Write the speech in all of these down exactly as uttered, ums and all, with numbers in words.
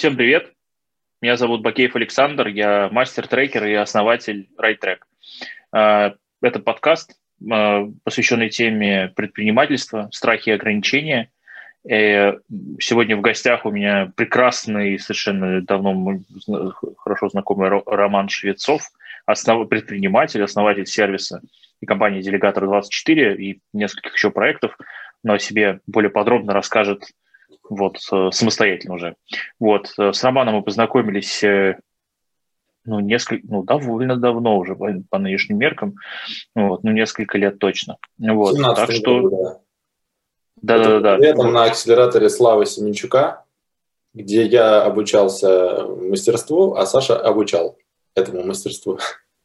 Всем привет, меня зовут Бакеев Александр, я мастер-трекер и основатель RideTrack. Это подкаст, посвященный теме предпринимательства, страхи и ограничения. И сегодня в гостях у меня прекрасный, совершенно давно хорошо знакомый Роман Швецов, основ... предприниматель, основатель сервиса и компании Делегатор двадцать четыре и нескольких еще проектов, но о себе более подробно расскажет вот, самостоятельно уже. Вот. С Романом мы познакомились ну, несколько, ну, довольно давно уже по, по нынешним меркам, вот, ну, несколько лет точно. Вот. Так что... году, да. Да-да-да. Летом вот. На акселераторе Славы Семенчука, где я обучался мастерству, а Саша обучал этому мастерству.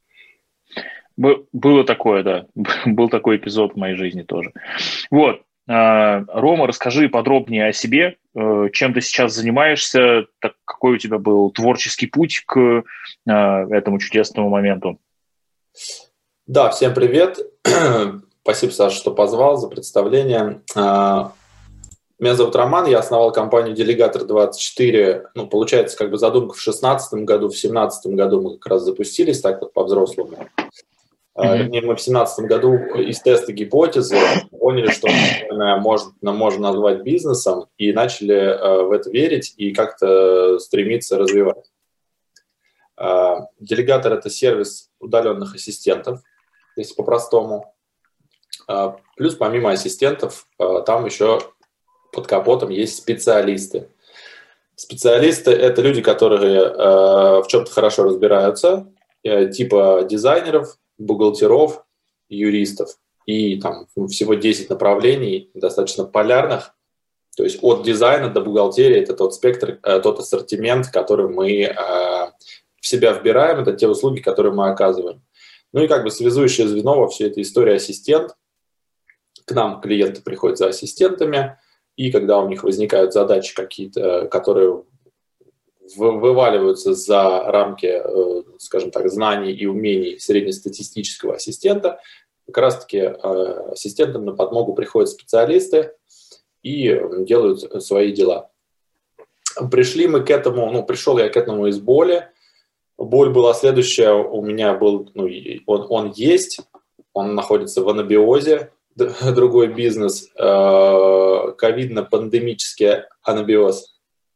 Было такое, да. Был такой эпизод в моей жизни тоже. Вот. Рома, расскажи подробнее о себе, чем ты сейчас занимаешься, так, какой у тебя был творческий путь к этому чудесному моменту. Да, всем привет. Спасибо, Саша, что позвал, за представление. Меня зовут Роман, я основал компанию Делегатор двадцать четыре. Ну, получается, как бы задумка в шестнадцатом году, в семнадцатом году мы как раз запустились, так вот по-взрослому. Mm-hmm. Вернее, мы в семнадцатом году из теста гипотезы поняли, что наверное, можно, можно назвать бизнесом, и начали э, в это верить и как-то стремиться развивать. Э, Делегатор – это сервис удаленных ассистентов, если по-простому. Э, плюс помимо ассистентов, э, там еще под капотом есть специалисты. Специалисты – это люди, которые э, в чем-то хорошо разбираются, э, типа дизайнеров, бухгалтеров, юристов. И там всего десять направлений, достаточно полярных. То есть от дизайна до бухгалтерии – это тот спектр, тот ассортимент, который мы э, в себя вбираем, это те услуги, которые мы оказываем. Ну и как бы связующее звено во всей этой истории ассистент. К нам клиенты приходят за ассистентами, и когда у них возникают задачи какие-то, которые вываливаются за рамки, скажем так, знаний и умений среднестатистического ассистента, как раз-таки ассистентам на подмогу приходят специалисты и делают свои дела. Пришли мы к этому, ну, пришел я к этому из боли. Боль была следующая, у меня был, ну, он, он есть, он находится в анабиозе, другой бизнес, ковидно-пандемический анабиоз.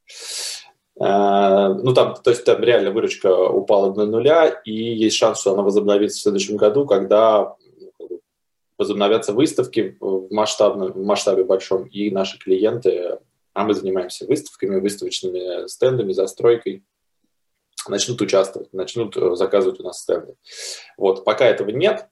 Ну, там, то есть там реально выручка упала до нуля, и есть шанс, что она возобновится в следующем году, когда возобновятся выставки в, масштабном, в масштабе большом, и наши клиенты, а мы занимаемся выставками, выставочными стендами, застройкой, начнут участвовать, начнут заказывать у нас стенды. Вот, пока этого нет,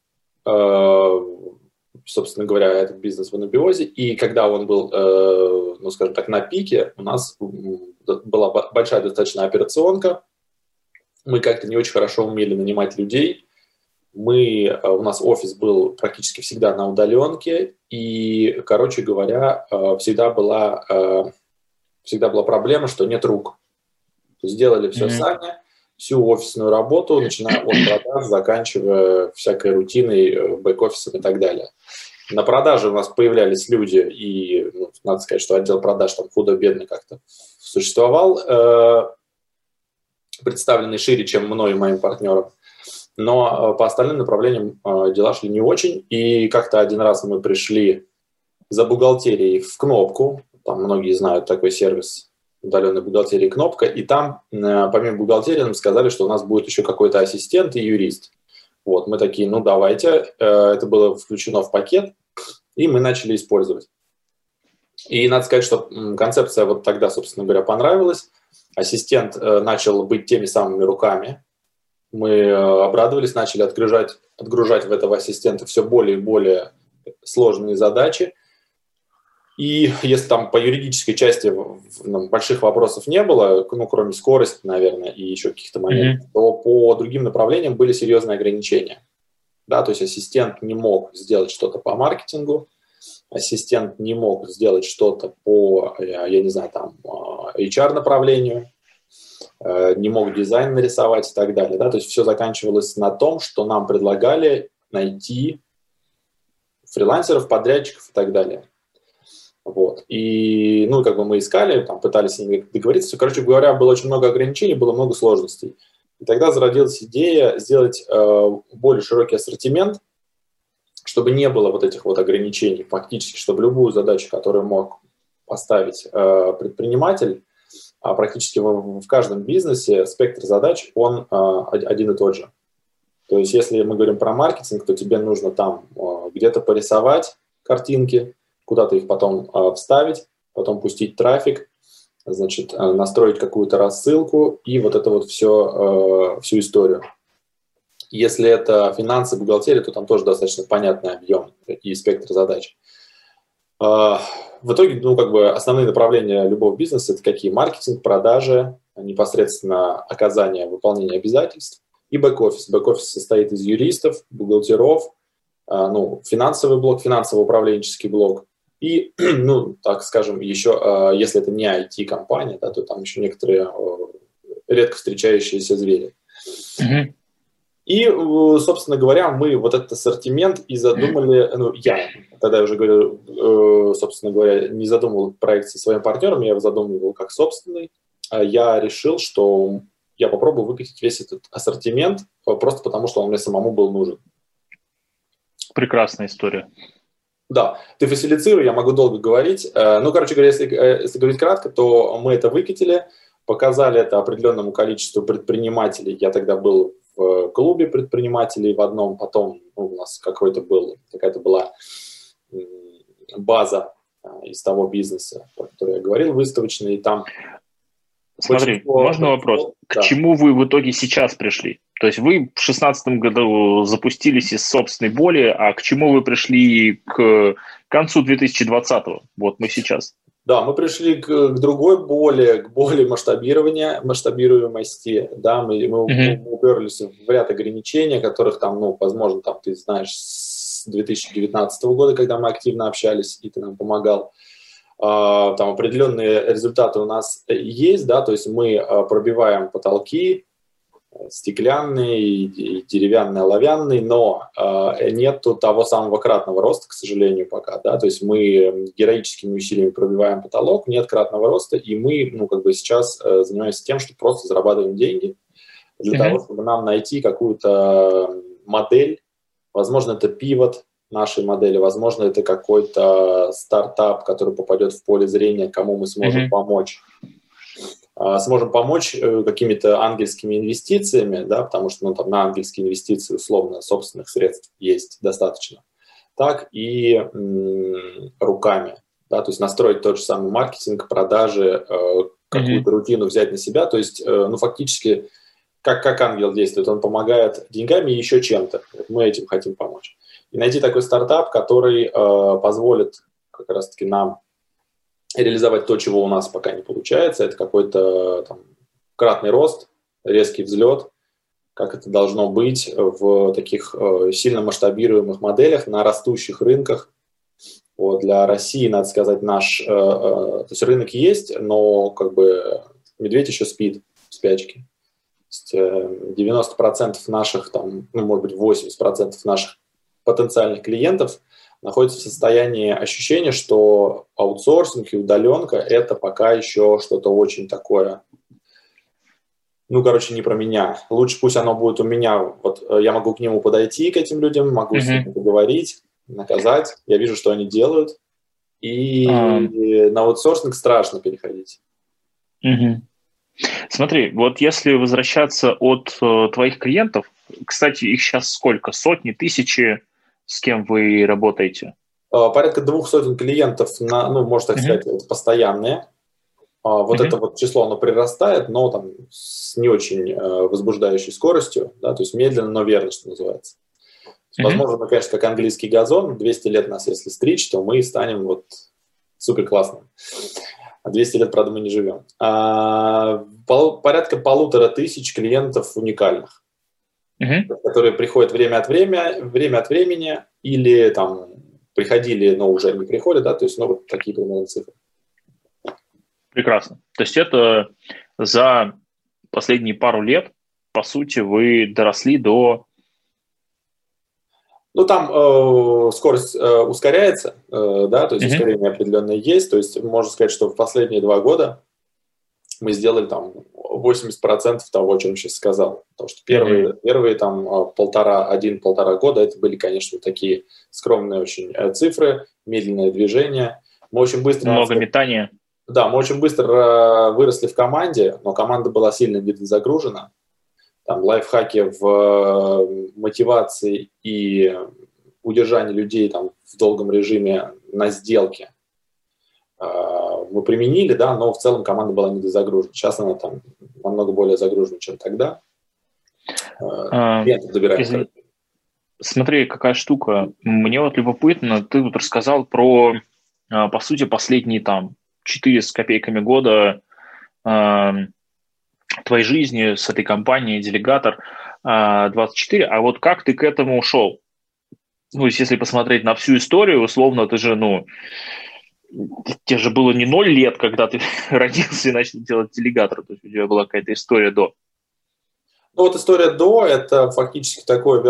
собственно говоря, этот бизнес в анабиозе, и когда он был, ну, скажем так, на пике, у нас была большая достаточно операционка, мы как-то не очень хорошо умели нанимать людей, мы, у нас офис был практически всегда на удаленке, и, короче говоря, всегда была, всегда была проблема, что нет рук. То есть сделали все mm-hmm. сами, всю офисную работу, начиная от продаж, заканчивая всякой рутиной, бэк-офисом и так далее. На продаже у нас появлялись люди, и, ну, надо сказать, что отдел продаж там худо-бедно как-то существовал, э, представленный шире, чем мной и моим партнерам. Но э, по остальным направлениям э, дела шли не очень, и как-то один раз мы пришли за бухгалтерией в Кнопку, там многие знают такой сервис удаленной бухгалтерии Кнопка, и там э, помимо бухгалтерии нам сказали, что у нас будет еще какой-то ассистент и юрист. Вот, мы такие, ну давайте, э, это было включено в пакет, и мы начали использовать. И надо сказать, что концепция вот тогда, собственно говоря, понравилась. Ассистент э, начал быть теми самыми руками. Мы э, обрадовались, начали отгружать, отгружать в этого ассистента все более и более сложные задачи. И если там по юридической части ну, больших вопросов не было, ну, кроме скорости, наверное, и еще каких-то моментов, mm-hmm. то по другим направлениям были серьезные ограничения. Да, то есть ассистент не мог сделать что-то по маркетингу, ассистент не мог сделать что-то по, я не знаю, там, эйч ар-направлению, не мог дизайн нарисовать и так далее. Да? То есть все заканчивалось на том, что нам предлагали найти фрилансеров, подрядчиков и так далее. Вот. И, ну, как бы мы искали, там, пытались с ними договориться. Короче говоря, было очень много ограничений, было много сложностей. И тогда зародилась идея сделать э, более широкий ассортимент, чтобы не было вот этих вот ограничений фактически, чтобы любую задачу, которую мог поставить э, предприниматель, а практически в, в каждом бизнесе спектр задач, он э, один и тот же. То есть если мы говорим про маркетинг, то тебе нужно там э, где-то порисовать картинки, куда-то их потом э, вставить, потом пустить трафик, значит, э, настроить какую-то рассылку и вот это вот все, э, всю историю. Если это финансы, бухгалтерия, то там тоже достаточно понятный объем и спектр задач. Э, в итоге, ну, как бы основные направления любого бизнеса – это какие? Маркетинг, продажи, непосредственно оказание, выполнение обязательств и бэк-офис. Бэк-офис состоит из юристов, бухгалтеров, ну, финансовый блок, финансово-управленческий блок и, ну, так скажем, еще, если это не ай ти-компания, да, то там еще некоторые редко встречающиеся звери. Mm-hmm. И, собственно говоря, мы вот этот ассортимент и задумали, ну, я тогда уже говорю, собственно говоря, не задумывал проект со своим партнером, я его задумывал как собственный. Я решил, что я попробую выкатить весь этот ассортимент просто потому, что он мне самому был нужен. Прекрасная история. Да, ты фасилицируй, я могу долго говорить. Ну, короче говоря, если, если говорить кратко, то мы это выкатили, показали это определенному количеству предпринимателей. Я тогда был в клубе предпринимателей в одном, потом ну, у нас какой-то был, какая-то была база из того бизнеса, про который я говорил, выставочный, и там... Смотри, большинство... можно вопрос? Да. К чему вы в итоге сейчас пришли? То есть вы в две тысячи шестнадцатом году запустились из собственной боли, а к чему вы пришли к концу две тысячи двадцатого? Вот мы сейчас. Да, мы пришли к, к другой боли, к боли масштабирования, масштабируемости. Да, мы, мы, uh-huh. мы уперлись в ряд ограничений, которых там, ну, возможно, там, ты знаешь, с две тысячи девятнадцатого года, когда мы активно общались, и ты нам помогал. Uh, там определенные результаты у нас есть, да, то есть мы uh, пробиваем потолки, стеклянные, и деревянные, оловянные, но э, нет того самого кратного роста, к сожалению, пока, да, то есть мы героическими усилиями пробиваем потолок, нет кратного роста, и мы, ну, как бы сейчас э, занимаемся тем, что просто зарабатываем деньги для mm-hmm. того, чтобы нам найти какую-то модель, возможно, это пивот нашей модели, возможно, это какой-то стартап, который попадет в поле зрения, кому мы сможем mm-hmm. помочь. Сможем помочь какими-то ангельскими инвестициями, да, потому что ну, там, на ангельские инвестиции условно собственных средств есть достаточно, так и м, руками, да, то есть настроить тот же самый маркетинг, продажи, э, какую-то mm-hmm. рутину взять на себя, то есть э, ну, фактически как, как ангел действует, он помогает деньгами и еще чем-то, мы этим хотим помочь. И найти такой стартап, который э, позволит как раз-таки нам реализовать то, чего у нас пока не получается, это какой-то там, кратный рост, резкий взлет, как это должно быть в таких э, сильно масштабируемых моделях на растущих рынках. Вот, для России, надо сказать, наш э, э, то есть рынок есть, но как бы медведь еще спит в спячке. То есть, э, девяносто процентов наших, там, ну, может быть, восемьдесят процентов наших потенциальных клиентов находится в состоянии ощущения, что аутсорсинг и удаленка – это пока еще что-то очень такое, ну, короче, не про меня. Лучше пусть оно будет у меня, вот я могу к нему подойти, к этим людям, могу mm-hmm. с ними поговорить, наказать. Я вижу, что они делают, и uh-huh. на аутсорсинг страшно переходить. Uh-huh. Смотри, вот если возвращаться от э, твоих клиентов, кстати, их сейчас сколько? Сотни, тысячи? С кем вы работаете? Порядка двух сотен клиентов, на, ну, можно так uh-huh. сказать, это постоянные. Вот uh-huh. это вот число, оно прирастает, но там с не очень возбуждающей скоростью, да, то есть медленно, но верно, что называется. Uh-huh. Возможно, мы, конечно, как английский газон, двести лет нас, если стричь, то мы станем вот супер классным. А двести лет, правда, мы не живем. А, пол, порядка полутора тысяч клиентов уникальных. Uh-huh. Которые приходят время от времени, время от времени, или там приходили, но уже не приходят, да, то есть, ну, вот такие примерно цифры. Прекрасно. То есть это за последние пару лет, по сути, вы доросли до Ну, там э, скорость э, ускоряется, э, да, то есть Мгм. ускорение определенное есть. То есть можно сказать, что в последние два года мы сделали там восемьдесят процентов того, о чем сейчас сказал. Потому что первые, Мгм. первые там э, полтора, один-полтора года это были, конечно, такие скромные очень э, цифры, медленное движение. Мы очень быстро, надо Много сказать, метания. да, мы очень быстро э, выросли в команде, но команда была сильно перезагружена. Там лайфхаки в э, мотивации и удержании людей там, в долгом режиме на сделке э, мы применили, да, но в целом команда была недозагружена. Сейчас она там намного более загружена, чем тогда. Э, А, клиентов добираем, извини, короче. смотри, какая штука. Мне вот любопытно, ты тут рассказал про, а, по сути, последние там четыре с копейками года а, твоей жизни с этой компанией «Делегатор а, двадцать четыре». А вот как ты к этому ушел? Ну, то есть, если посмотреть на всю историю, условно, ты же, ну, тебе же было не ноль лет, когда ты родился и начал делать «Делегатор». То есть, у тебя была какая-то история до. Ну вот история до – это фактически такое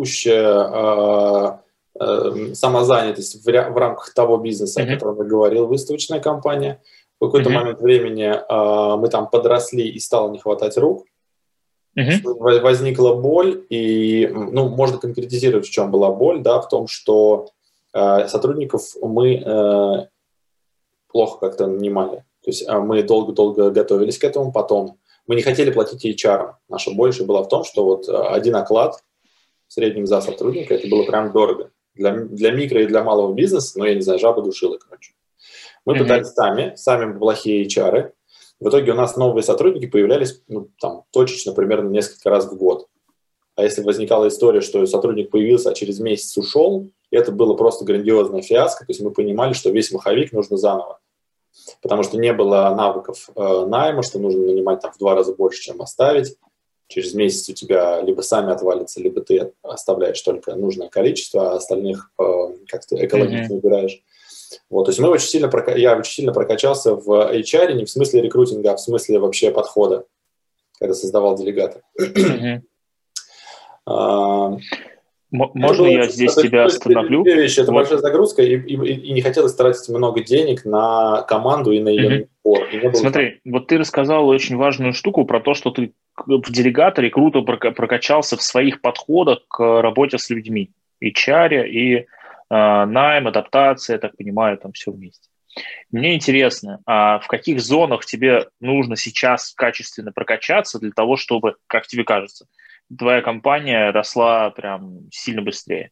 вялотекущая э, э, самозанятость в, ря- в рамках того бизнеса, о Мгм. котором я говорил, выставочная компания. В какой-то Мгм. момент времени э, мы там подросли и стало не хватать рук. Мгм. Во- Возникла боль, и ну, можно конкретизировать, в чем была боль, да, в том, что э, сотрудников мы э, плохо как-то нанимали. То есть э, мы долго-долго готовились к этому, потом мы не хотели платить эйч ар. Наша боль же была в том, что вот э, один оклад в среднем за сотрудника, это было прям дорого. Для, для микро и для малого бизнеса, ну, я не знаю, жаба душила, короче. Мы Мгм. пытались сами, сами плохие эйч ар. В итоге у нас новые сотрудники появлялись ну, там, точечно примерно несколько раз в год. А если возникала история, что сотрудник появился, а через месяц ушел, это было просто грандиозная фиаско. То есть мы понимали, что весь маховик нужно заново. Потому что не было навыков э, найма, что нужно нанимать там, в два раза больше, чем оставить. Через месяц у тебя либо сами отвалится, либо ты оставляешь только нужное количество, а остальных э, как-то экологично Мгм. убираешь. Вот, то есть мы очень сильно прока... я очень сильно прокачался в эйч ар, не в смысле рекрутинга, а в смысле вообще подхода, когда создавал делегатор. Мгм. А, М- это Можно было я очень... здесь То есть, тебя то есть две остановлю? две вещи. Это Вот. большая загрузка, и, и, и не хотелось тратить много денег на команду и на ее Мгм. набор. И не было там... Смотри, вот ты рассказал очень важную штуку про то, что ты к- в делегаторе круто прока- прокачался в своих подходах к работе с людьми. эйч ар и э, найм, адаптация, я так понимаю, там все вместе. Мне интересно, а в каких зонах тебе нужно сейчас качественно прокачаться для того, чтобы, как тебе кажется, твоя компания росла прям сильно быстрее?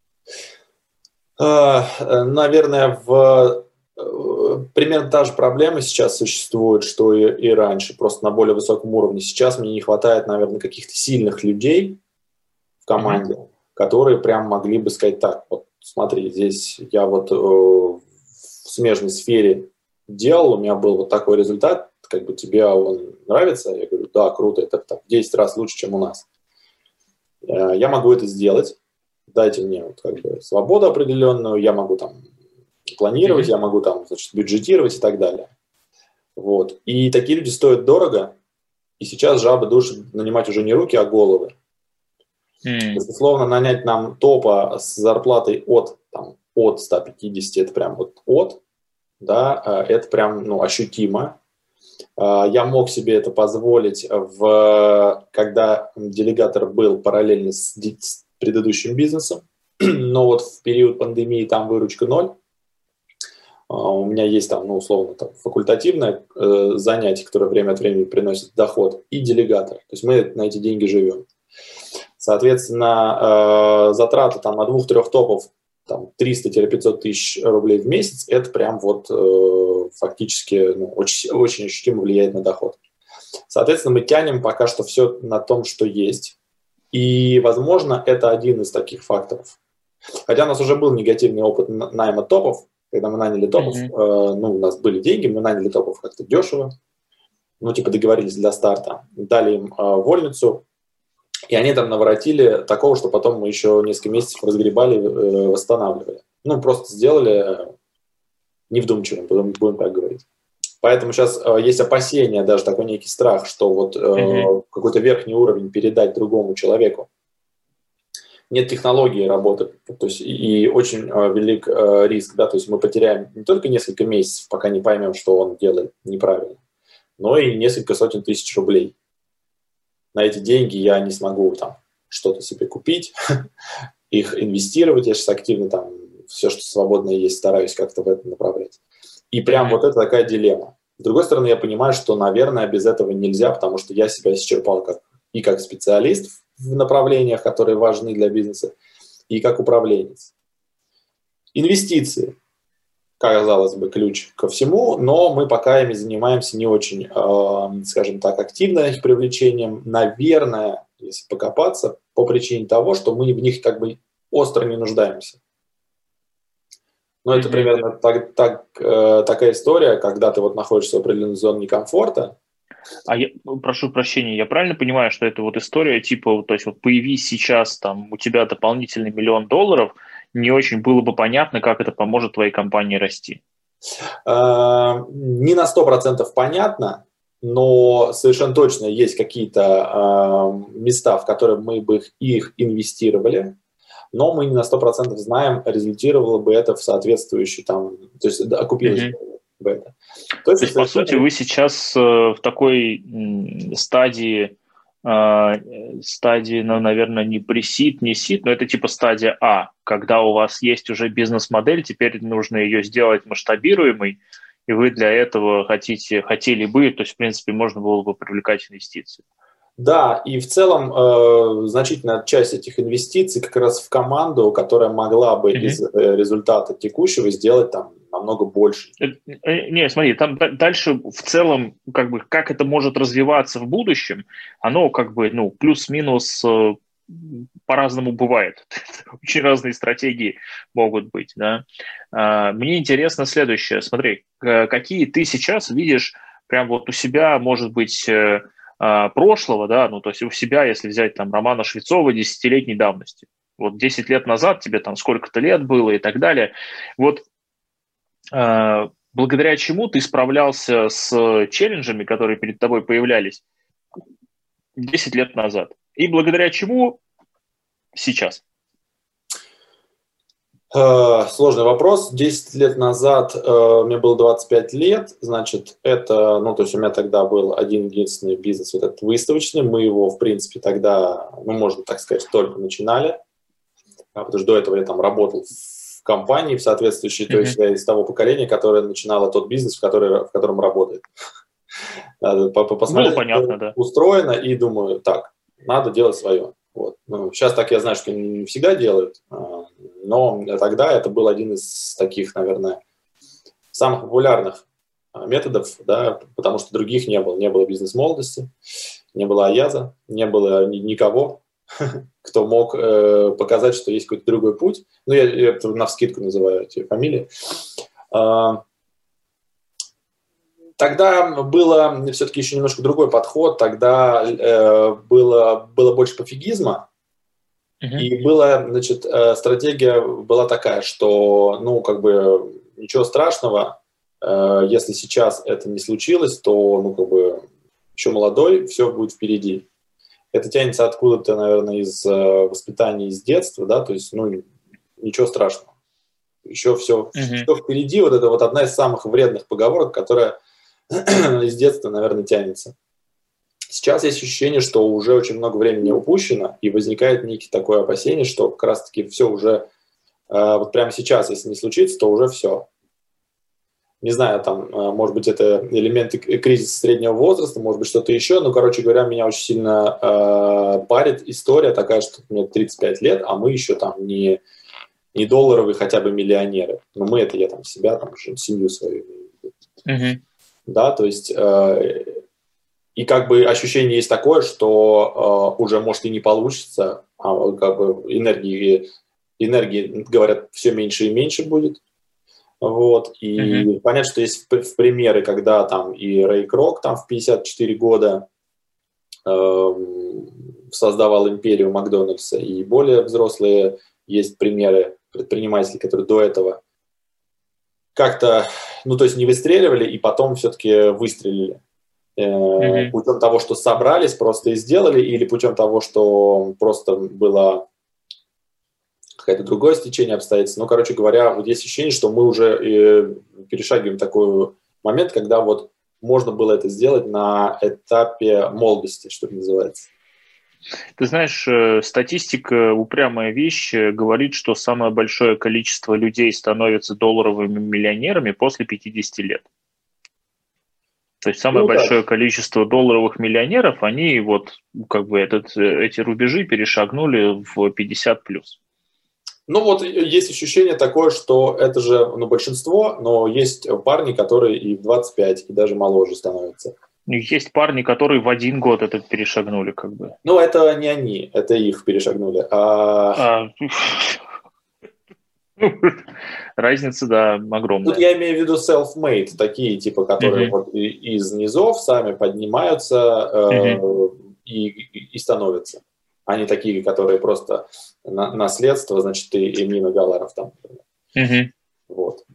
А, э, Наверное, в э, примерно та же проблема сейчас существует, что и, и раньше, просто на более высоком уровне. Сейчас мне не хватает, наверное, каких-то сильных людей в Мгм. команде, которые прям могли бы сказать так, вот смотри, здесь я вот э, в смежной сфере делал, у меня был вот такой результат, как бы тебе он нравится? Я говорю, да, круто, это так, в десять раз лучше, чем у нас. Э, Я могу это сделать, дайте мне вот как бы свободу определенную, я могу там планировать, Мгм. я могу там, значит, бюджетировать и так далее. Вот. И такие люди стоят дорого, и сейчас жабы душат нанимать уже не руки, а головы. То М. есть, условно, нанять нам топа с зарплатой от, там, от ста пятидесяти, это прям вот от, да, э, это прям, ну, ощутимо. Э, Я мог себе это позволить, в, когда делегатор был параллельно с, ди- с предыдущим бизнесом, но вот в период пандемии там выручка ноль. А, У меня есть там, ну, условно, там, факультативное э, занятие, которое время от времени приносит доход, и делегатор. То есть мы на эти деньги живем. Соответственно, э, затраты там на двух-трех топов там, триста-пятьсот тысяч рублей в месяц, это прям вот э, фактически ну, очень, очень ощутимо влияет на доход. Соответственно, мы тянем пока что все на том, что есть. И, возможно, это один из таких факторов. Хотя у нас уже был негативный опыт найма топов, когда мы наняли топов, э, Мгм. ну, у нас были деньги, мы наняли топов как-то дешево, ну, типа договорились для старта, дали им э, вольницу, и они там наворотили такого, что потом мы еще несколько месяцев разгребали, э, восстанавливали. Ну, просто сделали э, невдумчивым, будем, будем так говорить. Поэтому сейчас э, есть опасения, даже такой некий страх, что вот Мгм. э, какой-то верхний уровень передать другому человеку нет технологии работы, то есть и, и очень э, велик э, риск, да, то есть мы потеряем не только несколько месяцев, пока не поймем, что он делает неправильно, но и несколько сотен тысяч рублей. На эти деньги я не смогу там что-то себе купить, их инвестировать, я сейчас активно там все, что свободное есть, стараюсь как-то в это направлять. И прям mm-hmm. вот это такая дилемма. С другой стороны, я понимаю, что, наверное, без этого нельзя, потому что я себя исчерпал как, и как специалист в направлениях, которые важны для бизнеса, и как управленец. Инвестиции, казалось бы, ключ ко всему, но мы пока ими занимаемся не очень, э, скажем так, активно их привлечением. Наверное, если покопаться, по причине того, что мы в них как бы остро не нуждаемся. Но это mm-hmm. примерно так, так, э, такая история, когда ты вот находишься в определенной зоне комфорта. А я прошу прощения, я правильно понимаю, что это вот история типа, то есть вот появись сейчас там у тебя дополнительный миллион долларов, не очень было бы понятно, как это поможет твоей компании расти? Э, не на сто процентов понятно, но совершенно точно есть какие-то э, места, в которые мы бы их, их инвестировали, но мы не на сто процентов знаем, результировало бы это в соответствующий там, то есть окупилось mm-hmm. бы это. То есть, то есть по сути, вы сейчас э, в такой м, стадии, э, стадии, ну, наверное, не pre-seed, не seed, но это типа стадия А, когда у вас есть уже бизнес-модель, теперь нужно ее сделать масштабируемой, и вы для этого хотите, хотели бы, то есть, в принципе, можно было бы привлекать инвестиции. Да, и в целом э, значительная часть этих инвестиций как раз в команду, которая могла бы mm-hmm. из э, результата текущего сделать там намного больше. Не, смотри, там дальше в целом, как бы, как это может развиваться в будущем, оно как бы, ну, плюс-минус э, по-разному бывает. Очень разные стратегии могут быть, да. Э, мне интересно следующее. Смотри, э, какие ты сейчас видишь прям вот у себя, может быть, э, прошлого, да, ну, то есть у себя, если взять там Романа Швецова десятилетней давности, вот десять лет назад тебе там сколько-то лет было и так далее, вот э, благодаря чему ты справлялся с челленджами, которые перед тобой появлялись десять лет назад, и благодаря чему сейчас? Сложный вопрос. десять лет назад э, мне было двадцать пять лет, значит, это, ну, то есть у меня тогда был один единственный бизнес, вот этот выставочный, мы его, в принципе, тогда, ну, можно так сказать, только начинали, потому что до этого я там работал в компании, в соответствующей, mm-hmm. то есть я из того поколения, которое начинало тот бизнес, в, который, в котором работает. Посмотреть, ну, понятно, да. Устроено, и думаю, так, надо делать свое. Вот. Ну, сейчас так я знаю, что не всегда делают, но тогда это был один из таких, наверное, самых популярных методов, да, потому что других не было. Не было бизнес-молодости, не было Аяза, не было никого, кто мог э, показать, что есть какой-то другой путь. Ну, я, я навскидку называю эти фамилии. Тогда было все-таки еще немножко другой подход, тогда э, было, было больше пофигизма, uh-huh. и была, значит, э, стратегия была такая, что, ну, как бы, ничего страшного, э, если сейчас это не случилось, то, ну, как бы, еще молодой, все будет впереди. Это тянется откуда-то, наверное, из э, воспитания, из детства, да, то есть, ну, ничего страшного. Еще все, uh-huh. все впереди, вот это вот одна из самых вредных поговорок, которая из детства, наверное, тянется. Сейчас есть ощущение, что уже очень много времени упущено, и возникает некий такое опасение, что как раз-таки все уже, э, вот прямо сейчас, если не случится, то уже все. Не знаю, там, э, может быть, это элементы кризиса среднего возраста, может быть, что-то еще, но, короче говоря, меня очень сильно э, парит история такая, что мне тридцать пять лет, а мы еще там не, не долларовые хотя бы миллионеры. Но мы это, я там себя, там, семью свою. Mm-hmm. Да, то есть э, и как бы ощущение есть такое, что э, уже может и не получится, а как бы энергии, энергии, говорят, все меньше и меньше будет. Вот, и mm-hmm. понятно, что есть в, в примеры, когда там и Рэй Крок там в пятьдесят четыре года э, создавал империю Макдональдса, и более взрослые есть примеры предпринимателей, которые до этого как-то, ну, то есть не выстреливали, и потом все-таки выстрелили. Э, mm-hmm. Путем того, что собрались просто и сделали, или путем того, что просто было какое-то другое стечение обстоятельств. Ну, короче говоря, вот есть ощущение, что мы уже э, перешагиваем такой момент, когда вот можно было это сделать на этапе молодости, что называется. Ты знаешь, статистика, упрямая вещь, говорит, что самое большое количество людей становятся долларовыми миллионерами после пятидесяти лет. То есть самое ну, большое да. количество долларовых миллионеров, они вот как бы этот, эти рубежи перешагнули в пятьдесят плюс. Ну вот есть ощущение такое, что это же ну, большинство, но есть парни, которые и в двадцать пять, и даже моложе становятся. Есть парни, которые в один год это перешагнули, как бы. Ну, это не они, это их перешагнули. А... А... Разница, да, огромная. Тут я имею в виду self-made, такие, типа, которые uh-huh. вот из низов сами поднимаются э, uh-huh. и, и становятся. Они такие, которые просто на, наследство, значит, и, и миллион долларов там. Uh-huh. Вот.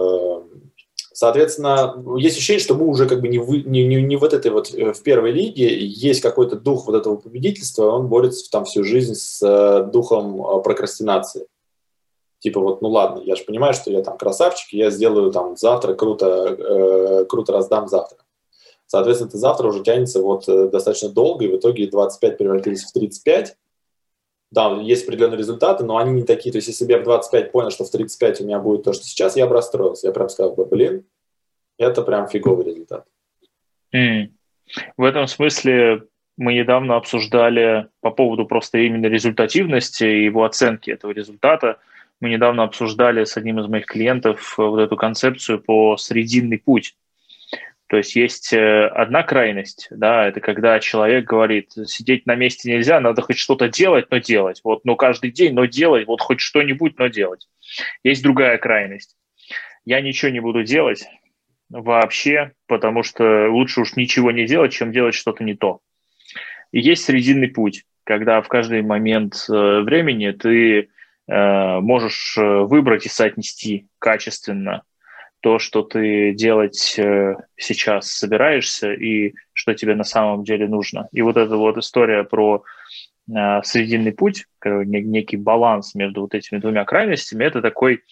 Соответственно, есть ощущение, что мы уже как бы не, вы, не, не, не вот этой вот в первой лиге, есть какой-то дух вот этого победительства, он борется там всю жизнь с духом прокрастинации. Типа вот, ну ладно, я же понимаю, что я там красавчик, я сделаю там завтра круто, э, круто раздам завтра. Соответственно, это завтра уже тянется вот достаточно долго, и в итоге двадцать пять превратились в тридцать пять. Да, есть определенные результаты, но они не такие. То есть, если бы я в двадцать пять понял, что в тридцать пять у меня будет то, что сейчас, я бы расстроился. Я прям сказал бы, блин, это прям фиговый результат. Mm. В этом смысле мы недавно обсуждали по поводу просто именно результативности и его оценки этого результата. Мы недавно обсуждали с одним из моих клиентов вот эту концепцию по срединный путь. То есть есть одна крайность, да, это когда человек говорит, сидеть на месте нельзя, надо хоть что-то делать, но делать. Вот, но каждый день, но делать, вот хоть что-нибудь, но делать. Есть другая крайность. Я ничего не буду делать вообще, потому что лучше уж ничего не делать, чем делать что-то не то. И есть срединный путь, когда в каждый момент времени ты можешь выбрать и соотнести качественно то, что ты делать сейчас собираешься и что тебе на самом деле нужно. И вот эта вот история про срединный путь, некий баланс между вот этими двумя крайностями, это такой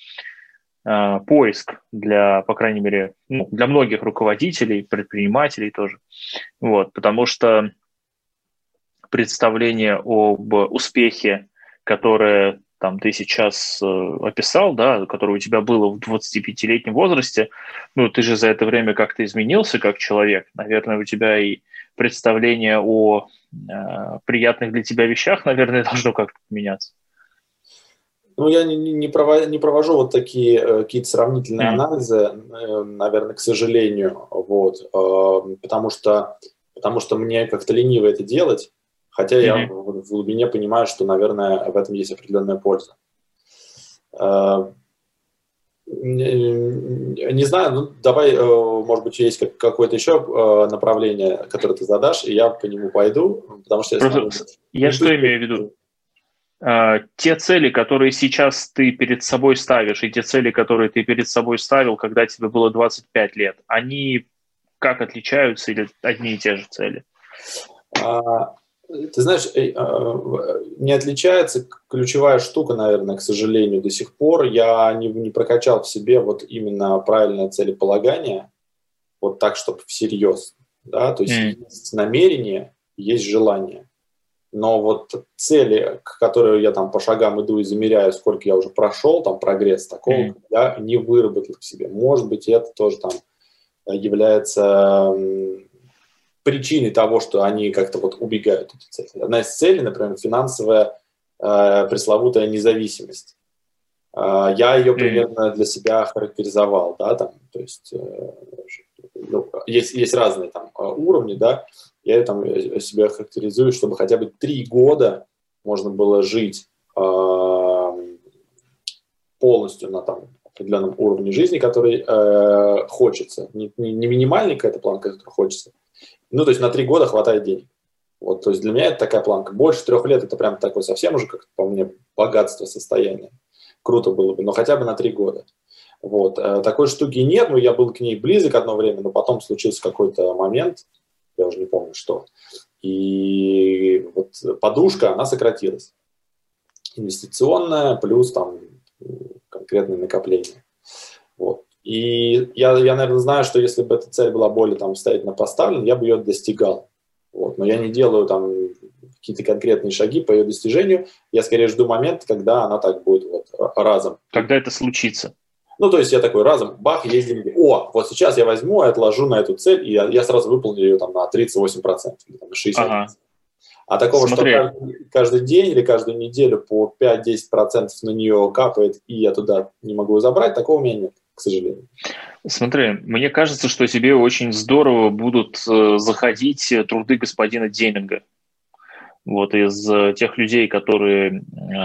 поиск для, по крайней мере, ну, для многих руководителей, предпринимателей тоже. Вот, потому что представление об успехе, которое там ты сейчас э, описал, да, которое у тебя было в двадцатипятилетнем возрасте, ну, ты же за это время как-то изменился как человек. Наверное, у тебя и представление о э, приятных для тебя вещах, наверное, должно как-то меняться. Ну, я не, не, провожу, не провожу вот такие э, какие-то сравнительные mm. анализы, э, наверное, к сожалению, вот, э, потому что, потому что мне как-то лениво это делать. Хотя mm-hmm. я в, в глубине понимаю, что, наверное, в этом есть определенная польза. Не, не знаю, ну, давай, может быть, есть какое-то еще направление, которое ты задашь, и я по нему пойду, потому что я Просто смотрю... Я что имею в виду? Те цели, которые сейчас ты перед собой ставишь, и те цели, которые ты перед собой ставил, когда тебе было двадцать пять лет, они как отличаются или одни и те же цели? А... Ты знаешь, не отличается ключевая штука, наверное, к сожалению, до сих пор. Я не, не прокачал в себе вот именно правильное целеполагание, вот так, чтобы всерьез. Да? То есть mm. есть намерение, есть желание. Но вот цели, к которой я там по шагам иду и замеряю, сколько я уже прошел, там прогресс такого, mm. я не выработал в себе. Может быть, это тоже там является... причиной того, что они как-то вот убегают от этих целей. Одна из целей, например, финансовая э, пресловутая независимость. Э, я ее примерно для себя характеризовал, да, там, то есть э, ну, есть, есть разные там уровни, да, я там себя характеризую, чтобы хотя бы три года можно было жить э, полностью на там определенном уровне жизни, который э, хочется. Не, не, не минимальный какая-то планка, который хочется. Ну, то есть на три года хватает денег. Вот, то есть для меня это такая планка. Больше трех лет это прям такое совсем уже, как по мне, богатство состояние. Круто было бы, но хотя бы на три года. Вот. Такой штуки нет, но я был к ней близок одно время, но потом случился какой-то момент, я уже не помню что, и вот подушка, она сократилась. инвестиционное, плюс там конкретные накопления. Вот. И я, я, наверное, знаю, что если бы эта цель была более там обстоятельно поставлена, я бы ее достигал. Вот. Но я не делаю там какие-то конкретные шаги по ее достижению. Я скорее жду момента, когда она так будет вот, разом. Когда это случится? Ну, то есть я такой разом, бах, есть деньги. О, вот сейчас я возьму и отложу на эту цель, и я, я сразу выполню ее там, на тридцать восемь процентов или там, на шестьдесят процентов. Ага. А такого, Смотри. что каждый, каждый день или каждую неделю по пять-десять процентов на нее капает, и я туда не могу ее забрать, такого у меня нет, к сожалению. Смотри, мне кажется, что тебе очень здорово будут э, заходить труды господина Деминга. Вот из тех людей, которые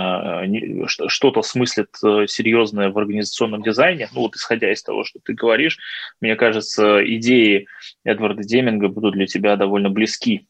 э, что-то смыслят серьезное в организационном дизайне, ну вот исходя из того, что ты говоришь, мне кажется, идеи Эдварда Деминга будут для тебя довольно близки.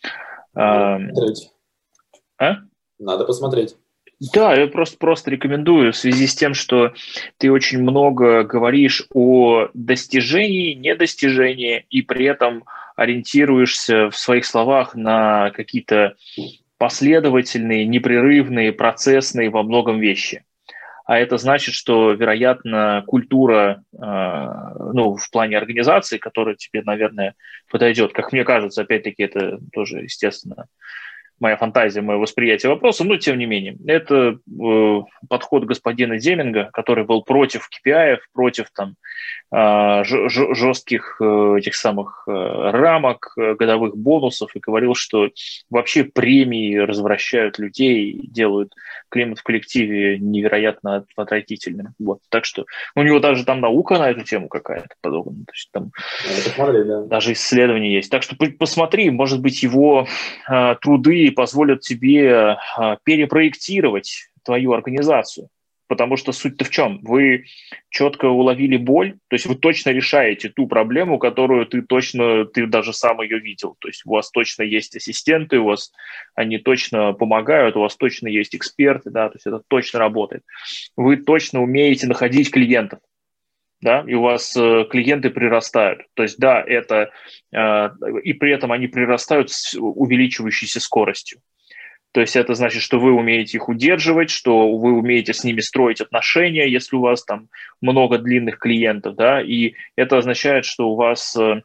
Надо посмотреть. А? Надо посмотреть. Да, я просто, просто рекомендую в связи с тем, что ты очень много говоришь о достижении, недостижении, и при этом ориентируешься в своих словах на какие-то последовательные, непрерывные, процессные во многом вещи. А это значит, что, вероятно, культура, э, ну, в плане организации, которая тебе, наверное, подойдет, как мне кажется, опять-таки, это тоже, естественно, моя фантазия, мое восприятие вопроса, но тем не менее. Это э, подход господина Деминга, который был против кей пи ай, против там, э, ж- жестких э, этих самых э, рамок, э, годовых бонусов, и говорил, что вообще премии развращают людей, делают климат в коллективе невероятно отвратительным. Вот. Так что у него даже там наука на эту тему какая-то подобная. То есть там посмотри, да. Даже исследования есть. Так что посмотри, может быть, его э, труды позволят тебе э, перепроектировать твою организацию. Потому что суть-то в чем? Вы четко уловили боль, то есть вы точно решаете ту проблему, которую ты точно, ты даже сам ее видел. То есть у вас точно есть ассистенты, у вас они точно помогают, у вас точно есть эксперты, да, то есть это точно работает. Вы точно умеете находить клиентов. Да, и у вас э, клиенты прирастают. То есть, да, это э, и при этом они прирастают с увеличивающейся скоростью. То есть это значит, что вы умеете их удерживать, что вы умеете с ними строить отношения, если у вас там много длинных клиентов, да, и это означает, что у вас э,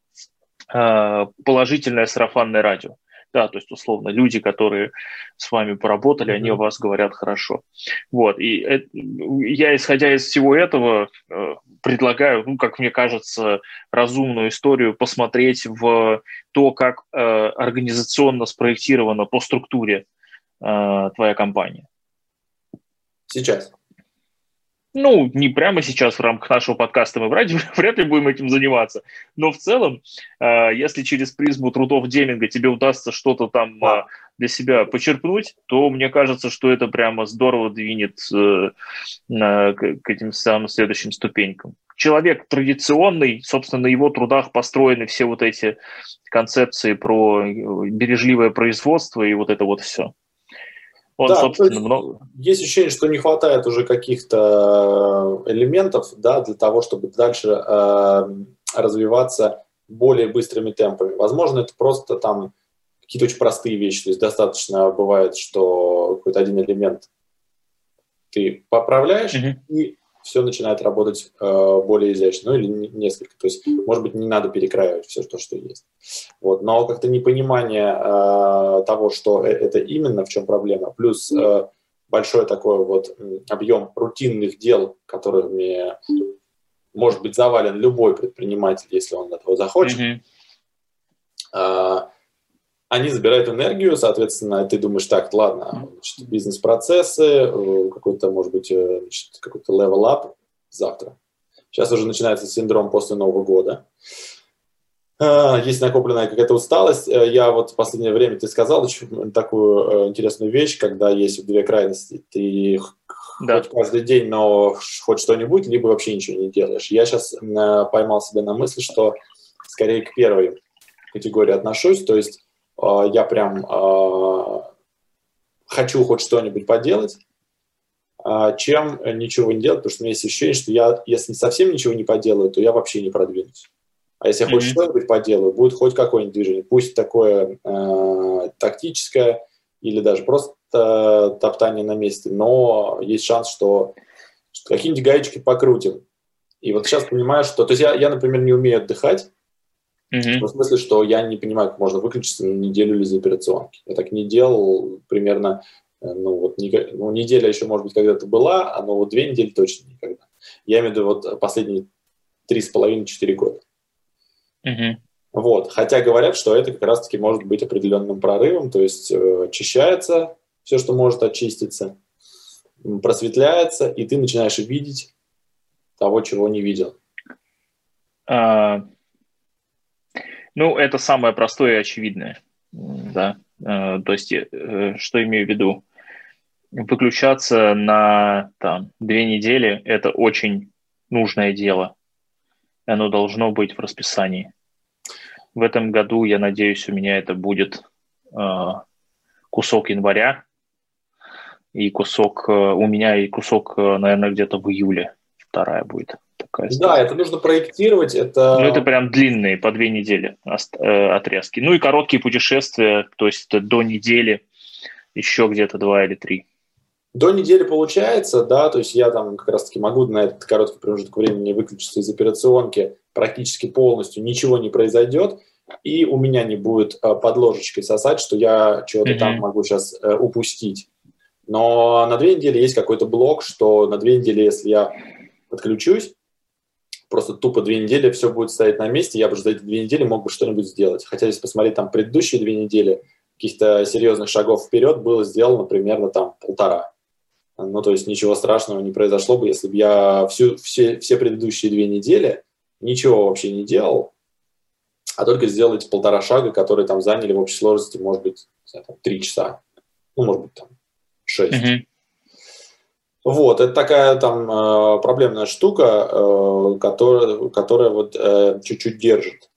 э, положительное сарафанное радио. Да, то есть, условно, люди, которые с вами поработали, mm-hmm. они о вас говорят хорошо. Вот, и это, я, исходя из всего этого, э, предлагаю, ну, как мне кажется, разумную историю посмотреть в то, как э, организационно спроектирована по структуре э, твоя компания. Сейчас. Ну, не прямо сейчас в рамках нашего подкаста мы вряд, вряд ли будем этим заниматься, но в целом, э, если через призму трудов Деминга тебе удастся что-то там э, для себя почерпнуть, то мне кажется, что это прямо здорово двинет э, э, к, к этим самым следующим ступенькам. Человек традиционный, собственно, на его трудах построены все вот эти концепции про бережливое производство и вот это вот все. Он, да, собственно, есть, много... есть ощущение, что не хватает уже каких-то элементов, да, для того, чтобы дальше э, развиваться более быстрыми темпами. Возможно, это просто там какие-то очень простые вещи. То есть достаточно бывает, что какой-то один элемент ты поправляешь, mm-hmm. и все начинает работать э, более изящно, ну или несколько. То есть, может быть, не надо перекраивать все то, что есть. Вот. Но как-то непонимание э, того, что это именно, в чем проблема, плюс э, большой такой вот объем рутинных дел, которыми может быть завален любой предприниматель, если он этого захочет, mm-hmm. э, они забирают энергию, соответственно, ты думаешь, так, ладно, значит, бизнес-процессы, какой-то, может быть, значит, какой-то level up завтра. Сейчас уже начинается синдром после Нового года. Есть накопленная какая-то усталость. Я вот в последнее время, ты сказал очень такую интересную вещь, когда есть две крайности. Ты да. хоть каждый день, но хоть что-нибудь, либо вообще ничего не делаешь. Я сейчас поймал себя на мысли, что скорее к первой категории отношусь, то есть я прям э, хочу хоть что-нибудь поделать, э, чем ничего не делать, потому что у меня есть ощущение, что я, если совсем ничего не поделаю, то я вообще не продвинусь. А если я mm-hmm. хоть что-нибудь поделаю, будет хоть какое-нибудь движение, пусть такое э, тактическое или даже просто э, топтание на месте, но есть шанс, что, что какие-нибудь гаечки покрутим. И вот сейчас понимаю, что... То есть я, я например, не умею отдыхать, Мгм. в смысле, что я не понимаю, как можно выключиться на неделю или из операционки. Я так не делал примерно... э, Ну, вот не- ну, неделя еще, может быть, когда-то была, а но вот две недели точно никогда. Я имею в виду вот последние три с половиной-четыре года. Мгм. Вот. Хотя говорят, что это как раз-таки может быть определенным прорывом, то есть э, очищается все, что может очиститься, м, просветляется, и ты начинаешь видеть того, чего не видел. А, ну, это самое простое и очевидное. М, Да. Э, То есть, э, что имею в виду? Выключаться на там, две недели– это очень нужное дело. Оно должно быть в расписании. В этом году, я надеюсь, у меня это будет э, кусок января, и кусок э, у меня и кусок, э, наверное, где-то в июле вторая будет такая Да, история. это нужно проектировать, Ну, это это... прям длинные, по две недели ост- э, отрезки. Ну и короткие путешествия, то есть до недели еще где-то два или три. До недели получается, да, то есть я там как раз-таки могу на этот короткий промежуток времени выключиться из операционки практически полностью, ничего не произойдет, и у меня не будет э, под ложечкой сосать, что я чего-то там Мгм. могу сейчас э, упустить. Но на две недели есть какой-то блок, что на две недели, если я подключусь, просто тупо две недели все будет стоять на месте, я бы за эти две недели мог бы что-нибудь сделать. Хотя если посмотреть там предыдущие две недели, каких-то серьезных шагов вперед было сделано примерно там полтора. Ну, то есть ничего страшного не произошло бы, если бы я всю, все, все предыдущие две недели ничего вообще не делал, а только сделал эти полтора шага, которые там заняли в общей сложности, может быть, не знаю, там, три часа, ну, может быть, там, шесть. Мгм. Вот, это такая там э, проблемная штука, э, которая, которая вот э, чуть-чуть держит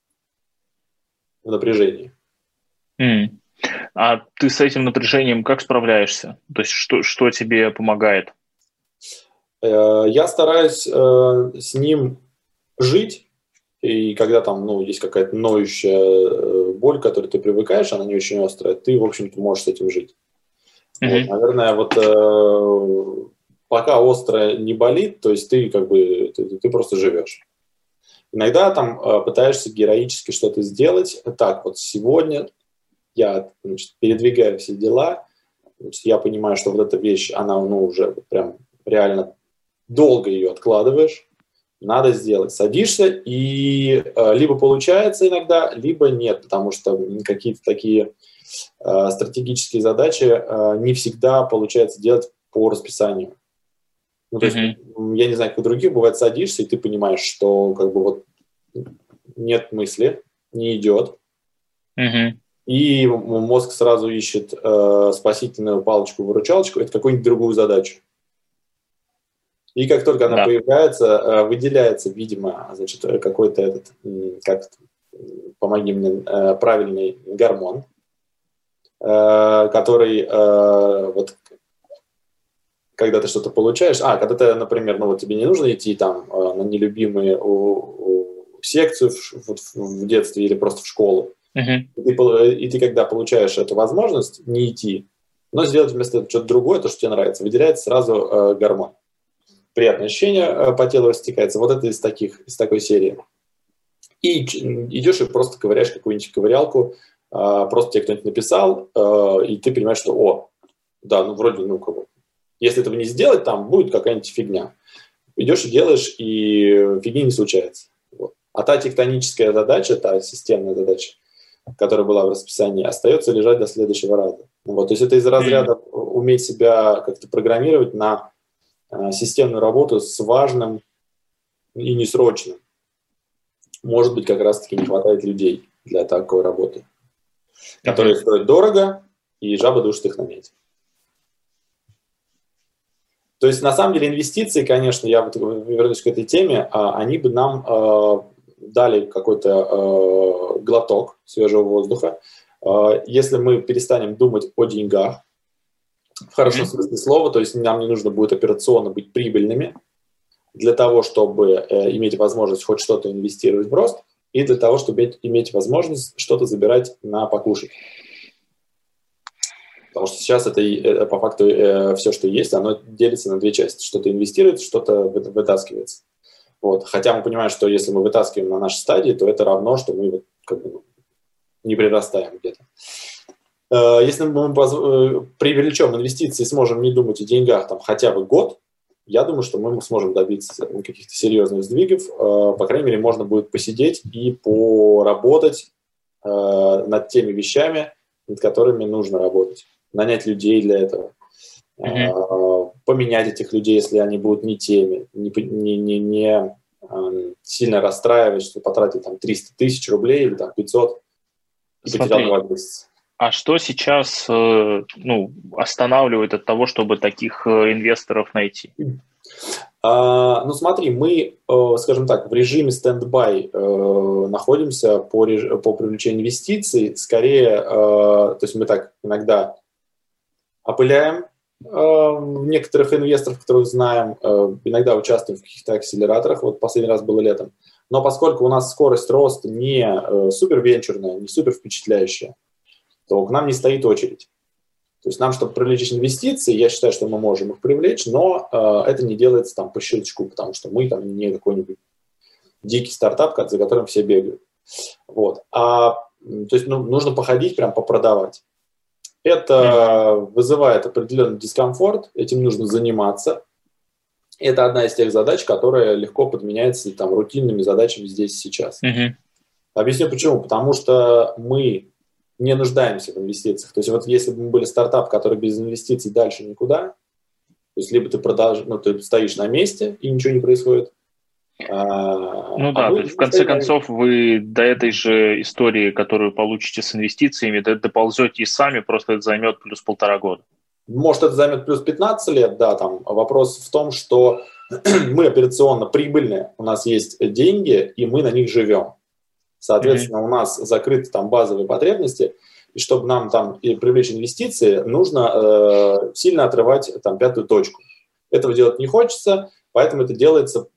в напряжении. М. А ты с этим напряжением как справляешься? То есть что, что тебе помогает? Э, я стараюсь э, с ним жить, и когда там, ну, есть какая-то ноющая э, боль, к которой ты привыкаешь, она не очень острая, ты, в общем-то, можешь с этим жить. Вот, Мгм. наверное, вот э, пока остро не болит, то есть ты как бы, ты, ты просто живешь. Иногда там э, пытаешься героически что-то сделать. Так, вот сегодня я, значит, передвигаю все дела, значит, я понимаю, что вот эта вещь, она, ну, уже прям реально долго ее откладываешь, надо сделать. Садишься, и э, либо получается иногда, либо нет, потому что какие-то такие э, стратегические задачи э, не всегда получается делать по расписанию. Ну, то есть, Мгм. я не знаю, как у других, бывает, садишься, и ты понимаешь, что как бы вот нет мысли, не идет, Мгм. и мозг сразу ищет э, спасительную палочку-выручалочку, это какую-нибудь другую задачу. И как только она Да. появляется, э, выделяется, видимо, значит, какой-то этот, м, как это, м, помоги мне, э, правильный гормон, э, который э, вот когда ты что-то получаешь, а, когда ты, например, ну вот тебе не нужно идти там э, на нелюбимую у- у секцию в, ш- вот в в детстве или просто в школу, Мгм. и ты, пол- и ты когда получаешь эту возможность не идти, но сделать вместо этого что-то другое, то, что тебе нравится, выделяется сразу э, гормон. Приятное ощущение э, по телу растекается. Вот это из таких, из такой серии. И ч- идешь и просто ковыряешь какую-нибудь ковырялку, а, просто тебе кто-нибудь написал, а, и ты понимаешь, что, о, да, ну вроде, ну кого. Если этого не сделать, там будет какая-нибудь фигня. Идешь и делаешь, и фигни не случается. Вот. А та тектоническая задача, та системная задача, которая была в расписании, остается лежать до следующего раза. Вот. То есть это из М. разряда уметь себя как-то программировать на а, системную работу с важным и несрочным. Может быть, как раз-таки не хватает людей для такой работы, которые Мгм. стоят дорого, и жаба душит их на медь. То есть, на самом деле, инвестиции, конечно, я вот вернусь к этой теме, а, они бы нам э, дали какой-то э, глоток свежего воздуха. Э, если мы перестанем думать о деньгах, в хорошем Мгм. смысле слова, то есть нам не нужно будет операционно быть прибыльными для того, чтобы э, иметь возможность хоть что-то инвестировать в рост, и для того, чтобы иметь возможность что-то забирать на покушать. Потому что сейчас это, это по факту э, все, что есть, оно делится на две части. Что-то инвестируется, что-то вытаскивается. Вот. Хотя мы понимаем, что если мы вытаскиваем на нашей стадии, то это равно, что мы как бы не прирастаем где-то. Э, если мы э, привлечем инвестиции и сможем не думать о деньгах там, хотя бы год, я думаю, что мы сможем добиться каких-то серьезных сдвигов. Э, по крайней мере, можно будет посидеть и поработать э, над теми вещами, над которыми нужно работать. Нанять людей для этого. Mm-hmm. Поменять этих людей, если они будут не теми. Не, не, не, не э, сильно расстраивать, что потратил там триста тысяч рублей или там пятьсот и потерял два месяца. А что сейчас э, ну, останавливает от того, чтобы таких э, инвесторов найти? А, ну смотри, мы, э, скажем так, в режиме стендбай э, находимся по, реж... по привлечению инвестиций. Скорее, э, то есть мы так иногда опыляем э, некоторых инвесторов, которых знаем, э, иногда участвуем в каких-то акселераторах, вот последний раз было летом. Но поскольку у нас скорость роста не э, супер венчурная, не супер впечатляющая, то к нам не стоит очередь. То есть нам, чтобы привлечь инвестиции, я считаю, что мы можем их привлечь, но э, это не делается там по щелчку, потому что мы там не какой-нибудь дикий стартап, за которым все бегают. Вот. А, то есть ну, нужно походить, прям попродавать. Это mm-hmm. вызывает определенный дискомфорт, этим нужно заниматься. Это одна из тех задач, которая легко подменяется там, рутинными задачами здесь и сейчас. Mm-hmm. Объясню почему. Потому что мы не нуждаемся в инвестициях. То есть вот если бы мы были стартап, который без инвестиций дальше никуда, то есть либо ты, продаж... ну, ты стоишь на месте и ничего не происходит. А... Ну а да, то есть в конце концов вы до этой же истории, которую получите с инвестициями, доползете и сами, просто это займет плюс полтора года. Может, это займет плюс пятнадцать лет, да, там вопрос в том, что мы операционно прибыльные, у нас есть деньги, и мы на них живем. Соответственно, mm-hmm. у нас закрыты там базовые потребности, и чтобы нам там и привлечь инвестиции, нужно э, сильно отрывать там пятую точку. Этого делать не хочется, поэтому это делается,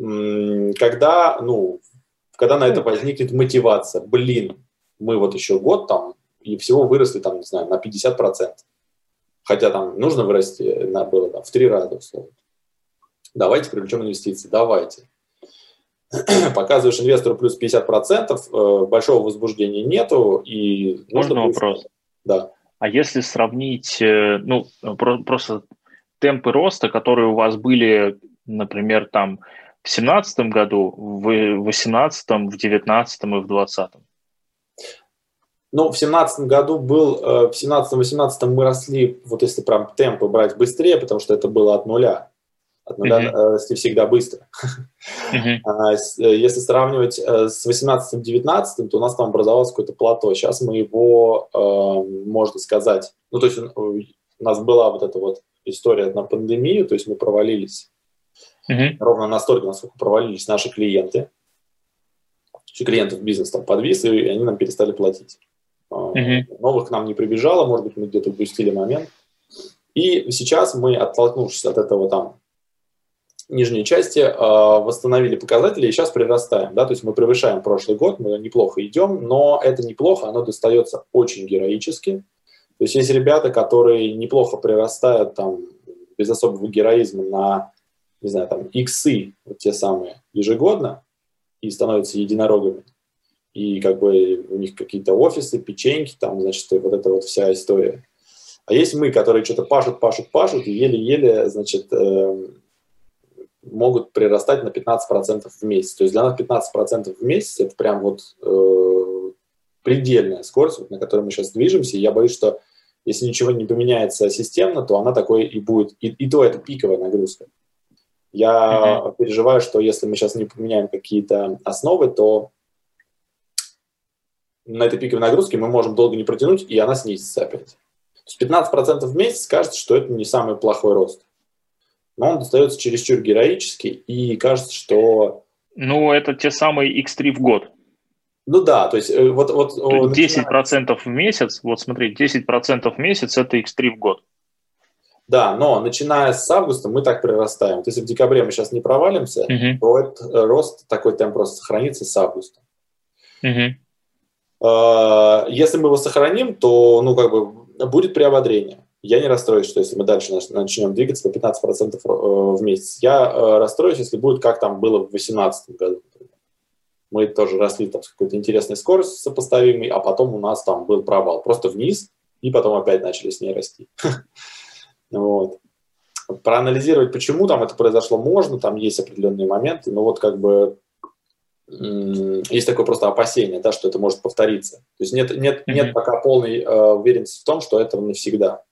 м- когда, ну, когда на это возникнет мотивация. Блин, мы вот еще год там, и всего выросли там, не знаю, на пятьдесят процентов. Хотя там нужно вырасти на, было там, в три раза, условно. Давайте привлечем инвестиции, давайте. Показываешь инвестору плюс пятьдесят процентов, большого возбуждения нету. И можно вопрос? Да. А если сравнить, ну, просто темпы роста, которые у вас были, например, там в семнадцатом году, в восемнадцатом, в девятнадцатом и в двадцатом? Ну, в семнадцатом году был, в семнадцатом-восемнадцатом мы росли, вот если прям темпы брать быстрее, потому что это было от нуля. От нуля uh-huh. расти всегда быстро. Uh-huh. Если сравнивать с восемнадцатым-девятнадцатым, то у нас там образовалось какое-то плато. Сейчас мы его, можно сказать, ну, то есть у нас была вот эта вот история на пандемию, то есть мы провалились uh-huh. ровно настолько, насколько провалились наши клиенты. Клиентов бизнес там подвис, и они нам перестали платить. Uh-huh. Новых к нам не прибежало, может быть, мы где-то упустили момент. И сейчас мы, оттолкнувшись от этого там нижней части, э, восстановили показатели и сейчас прирастаем. Да? То есть мы превышаем прошлый год, мы неплохо идем, но это неплохо, оно достается очень героически. То есть есть ребята, которые неплохо прирастают там, без особого героизма на, не знаю, там, иксы, вот те самые, ежегодно, и становятся единорогами. И как бы у них какие-то офисы, печеньки, там, значит, вот эта вот вся история. А есть мы, которые что-то пашут, пашут, пашут, и еле-еле, значит, э, могут прирастать на пятнадцать процентов в месяц. То есть для нас пятнадцать процентов в месяц – это прям вот э, предельная скорость, вот, на которой мы сейчас движемся. И я боюсь, что если ничего не поменяется системно, то она такой и будет. И, и то это пиковая нагрузка. Я mm-hmm. переживаю, что если мы сейчас не поменяем какие-то основы, то на этой пиковой нагрузке мы можем долго не протянуть, и она снизится опять. То есть пятнадцать процентов в месяц кажется, что это не самый плохой рост. Но он достается чересчур героически, и кажется, что... Ну, это те самые икс три в год. Ну да, то есть... Вот, вот, десять процентов в месяц, вот смотри, десять процентов в месяц – это икс три в год. Да, но начиная с августа мы так прирастаем. Вот если в декабре мы сейчас не провалимся, uh-huh. то этот рост, такой темп просто сохранится с августа. Uh-huh. Если мы его сохраним, то, ну, как бы, будет приободрение. Я не расстроюсь, что если мы дальше начнем двигаться по пятнадцать процентов в месяц. Я расстроюсь, если будет, как там было в две тысячи восемнадцатом году. Мы тоже росли там с какой-то интересной скоростью сопоставимой, а потом у нас там был провал. Просто вниз, и потом опять начали с ней расти. Вот. Проанализировать, почему там это произошло, можно, там есть определенные моменты, но вот как бы есть такое просто опасение, да, что это может повториться. То есть нет, нет, mm-hmm. нет пока полной э, уверенности в том, что это навсегда.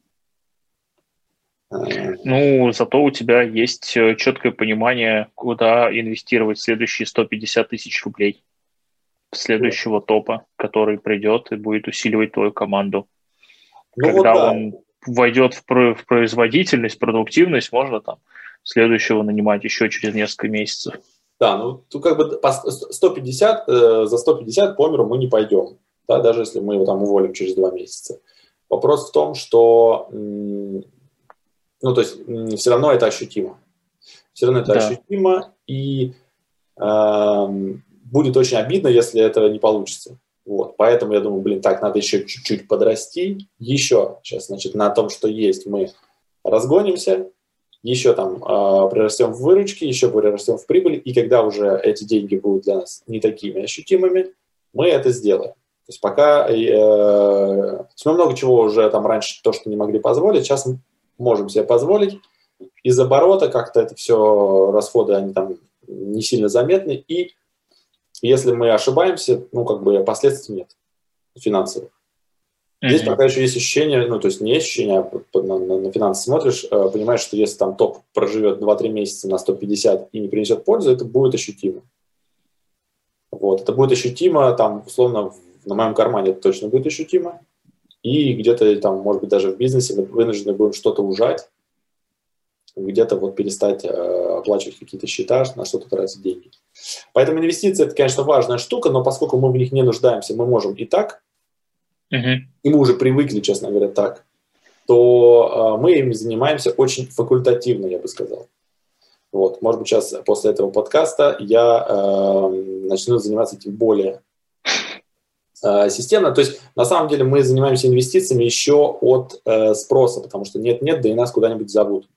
Ну, зато у тебя есть четкое понимание, куда инвестировать следующие сто пятьдесят тысяч рублей следующего yeah. топа, который придет и будет усиливать твою команду. Ну, Когда вот, да. он войдет в, в производительность, продуктивность, можно там следующего нанимать еще через несколько месяцев. Да, ну тут как бы по сто пятьдесят, э, за сто пятьдесят по миру мы не пойдем, да, даже если мы его там уволим через два месяца. Вопрос в том, что м, ну, то есть м, все равно это ощутимо. Все равно это да. ощутимо, и э, будет очень обидно, если этого не получится. Вот, поэтому я думаю, блин, так, надо еще чуть-чуть подрасти. Еще сейчас, значит, на том, что есть, мы разгонимся, еще там э, прирастем в выручки, еще прирастем в прибыль, и когда уже эти деньги будут для нас не такими ощутимыми, мы это сделаем. То есть пока э, то есть мы много чего уже там раньше то, что не могли позволить, сейчас мы можем себе позволить. Из оборота как-то это все, расходы, они там не сильно заметны, и если мы ошибаемся, ну, как бы последствий нет финансовых. Здесь mm-hmm. пока еще есть ощущение, ну, то есть не ощущение, а на, на, на финансы смотришь, э, понимаешь, что если там топ проживет два-три месяца на сто пятьдесят и не принесет пользу, это будет ощутимо. Вот, это будет ощутимо, там, условно, в, на моем кармане это точно будет ощутимо, и где-то там, может быть, даже в бизнесе мы вынуждены будем что-то ужать, где-то вот перестать э, оплачивать какие-то счета, на что-то тратить деньги. Поэтому инвестиции – это, конечно, важная штука, но поскольку мы в них не нуждаемся, мы можем и так, Uh-huh. и мы уже привыкли, честно говоря, так, то э, мы ими занимаемся очень факультативно, я бы сказал. Вот. Может быть, сейчас после этого подкаста я э, начну заниматься этим более э, системно. То есть, на самом деле, мы занимаемся инвестициями еще от э, спроса, потому что нет-нет, да и нас куда-нибудь зовут.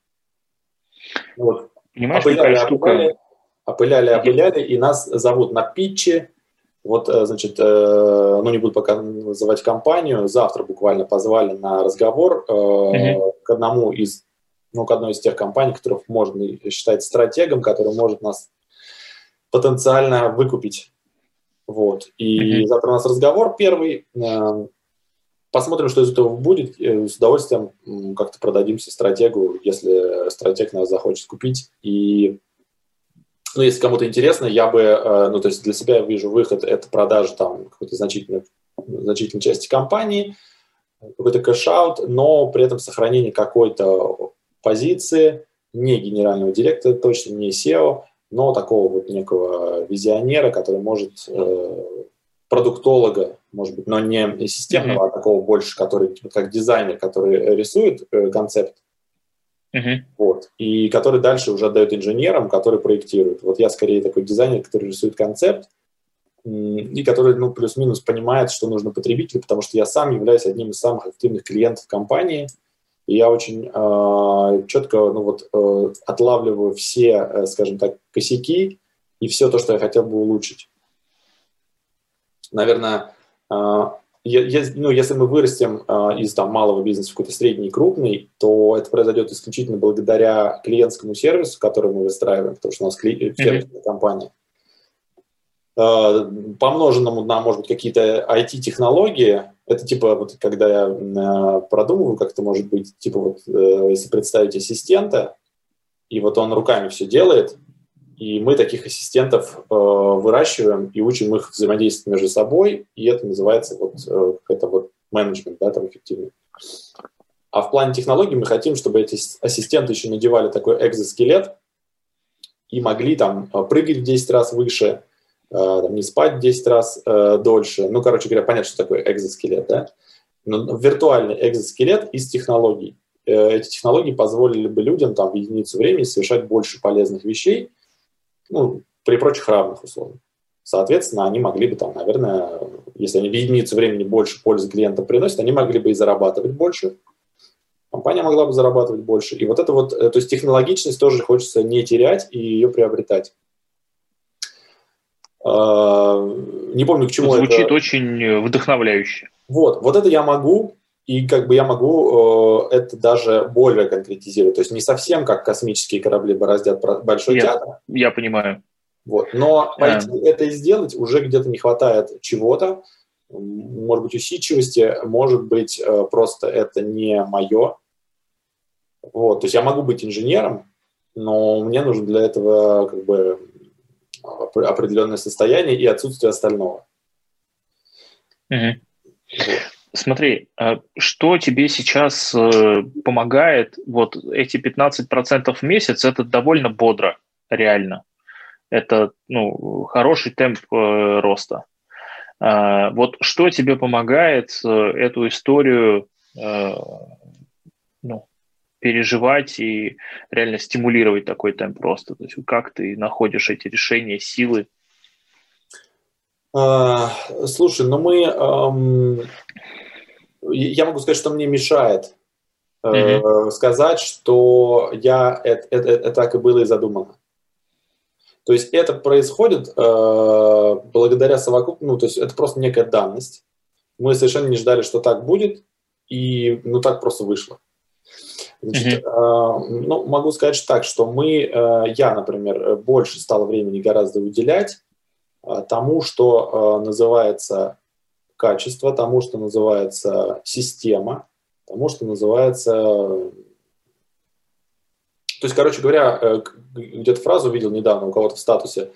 Вот. Понимаешь, опыляли, какая опыляли, штука? опыляли, опыляли, и нас зовут на питчи. Вот, значит, ну не буду пока называть компанию, завтра буквально позвали на разговор э, mm-hmm. к одному из, ну, к одной из тех компаний, которых можно считать стратегом, который может нас потенциально выкупить. Вот. И mm-hmm. завтра у нас разговор первый. Э, посмотрим, что из этого будет. С удовольствием как-то продадимся стратегу, если стратег нас захочет купить. И ну, если кому-то интересно, я бы, э, ну, то есть для себя я вижу выход, это продажа там какой-то значительной, значительной части компании, какой-то кэш-аут, но при этом сохранение какой-то позиции, не генерального директора, точно не сео, но такого вот некого визионера, который может, э, продуктолога, может быть, но не системного, mm-hmm. а такого больше, который как дизайнер, который рисует э, концепт, Uh-huh. вот, и который дальше уже отдает инженерам, которые проектируют. Вот я скорее такой дизайнер, который рисует концепт и который, ну, плюс-минус понимает, что нужно потребителю, потому что я сам являюсь одним из самых активных клиентов компании, и я очень э, четко, ну, вот, э, отлавливаю все, э, скажем так, косяки и все то, что я хотел бы улучшить. Наверное, э, ну, если мы вырастем э, из там, малого бизнеса в какой-то средний и крупный, то это произойдет исключительно благодаря клиентскому сервису, который мы выстраиваем, потому что у нас кли- сервисная mm-hmm. компания. Э, помноженному на, может быть, какие-то ай ти-технологии, это типа, вот, когда я э, продумываю, как это может быть, типа, вот, э, если представить ассистента, и вот он руками все делает, и мы таких ассистентов э, выращиваем и учим их взаимодействовать между собой, и это называется вот, э, какой-то вот менеджмент, да, там эффективный. А в плане технологий мы хотим, чтобы эти ассистенты еще надевали такой экзоскелет и могли там прыгать в десять раз выше, э, там, не спать в десять раз э, дольше. Ну, короче говоря, понятно, что такое экзоскелет, да? Но виртуальный экзоскелет из технологий. Э, эти технологии позволили бы людям там в единицу времени совершать больше полезных вещей, ну, при прочих равных условиях. Соответственно, они могли бы там, наверное, если они в единицу времени больше пользы клиента приносят, они могли бы и зарабатывать больше. Компания могла бы зарабатывать больше. И вот это вот, то есть технологичность тоже хочется не терять и ее приобретать. Не помню, к чему Звучит это. Звучит очень вдохновляюще. Вот, вот это я могу, и как бы я могу э, это даже более конкретизировать. То есть не совсем как космические корабли бороздят Большой я, театр. Я понимаю. Вот, но пойти а. это и сделать уже где-то не хватает чего-то. Может быть, усидчивости, может быть, э, просто это не мое. Вот, то есть я могу быть инженером, но мне нужно для этого как бы определенное состояние и отсутствие остального. Угу. Вот. Смотри, что тебе сейчас помогает, вот эти пятнадцать процентов в месяц, это довольно бодро, реально. Это, ну, хороший темп э, роста. А, вот что тебе помогает э, эту историю э, ну, переживать и реально стимулировать такой темп роста? То есть как ты находишь эти решения, силы? А, слушай, ну мы... Эм, я могу сказать, что мне мешает э, mm-hmm. сказать, что я, это, это, это так и было и задумано. То есть это происходит э, благодаря совокупному, ну, то есть это просто некая данность. Мы совершенно не ждали, что так будет, и ну так просто вышло. Значит, mm-hmm. э, ну, могу сказать так, что мы, э, я, например, больше стал времени гораздо уделять э, тому, что э, называется качество, тому, что называется система, тому, что называется... То есть, короче говоря, где-то фразу увидел недавно у кого-то в статусе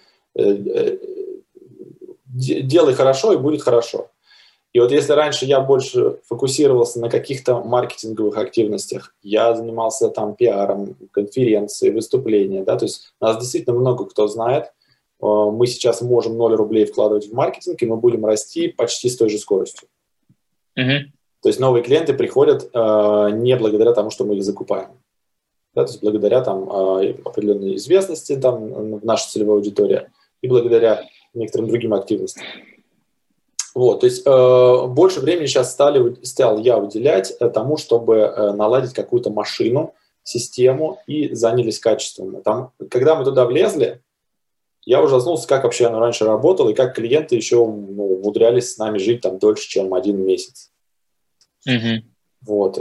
«делай хорошо, и будет хорошо». И вот если раньше я больше фокусировался на каких-то маркетинговых активностях, я занимался там пиаром, конференции, выступления, да, то есть нас действительно много кто знает, мы сейчас можем ноль рублей вкладывать в маркетинг, и мы будем расти почти с той же скоростью. Uh-huh. То есть новые клиенты приходят э, не благодаря тому, что мы их закупаем. Да, то есть благодаря там, определенной известности там, в нашей целевой аудитории и благодаря некоторым другим активностям. Вот, то есть э, больше времени сейчас стали, стал я уделять тому, чтобы э, наладить какую-то машину, систему и занялись качеством. Там, когда мы туда влезли, я ужаснулся, как вообще оно раньше работало и как клиенты еще ну, умудрялись с нами жить там дольше, чем один месяц. Mm-hmm. Вот.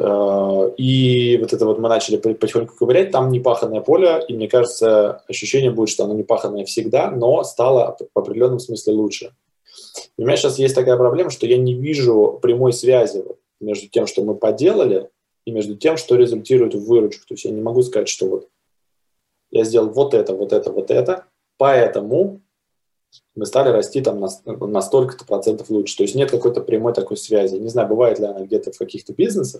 И вот это вот мы начали потихоньку ковырять, там непаханное поле, и мне кажется, ощущение будет, что оно непаханное всегда, но стало в определенном смысле лучше. У меня сейчас есть такая проблема, что я не вижу прямой связи между тем, что мы поделали, и между тем, что результирует в выручку. То есть я не могу сказать, что вот я сделал вот это, вот это, вот это, поэтому мы стали расти там на, на столько-то процентов лучше. То есть нет какой-то прямой такой связи. Не знаю, бывает ли она где-то в каких-то бизнесах.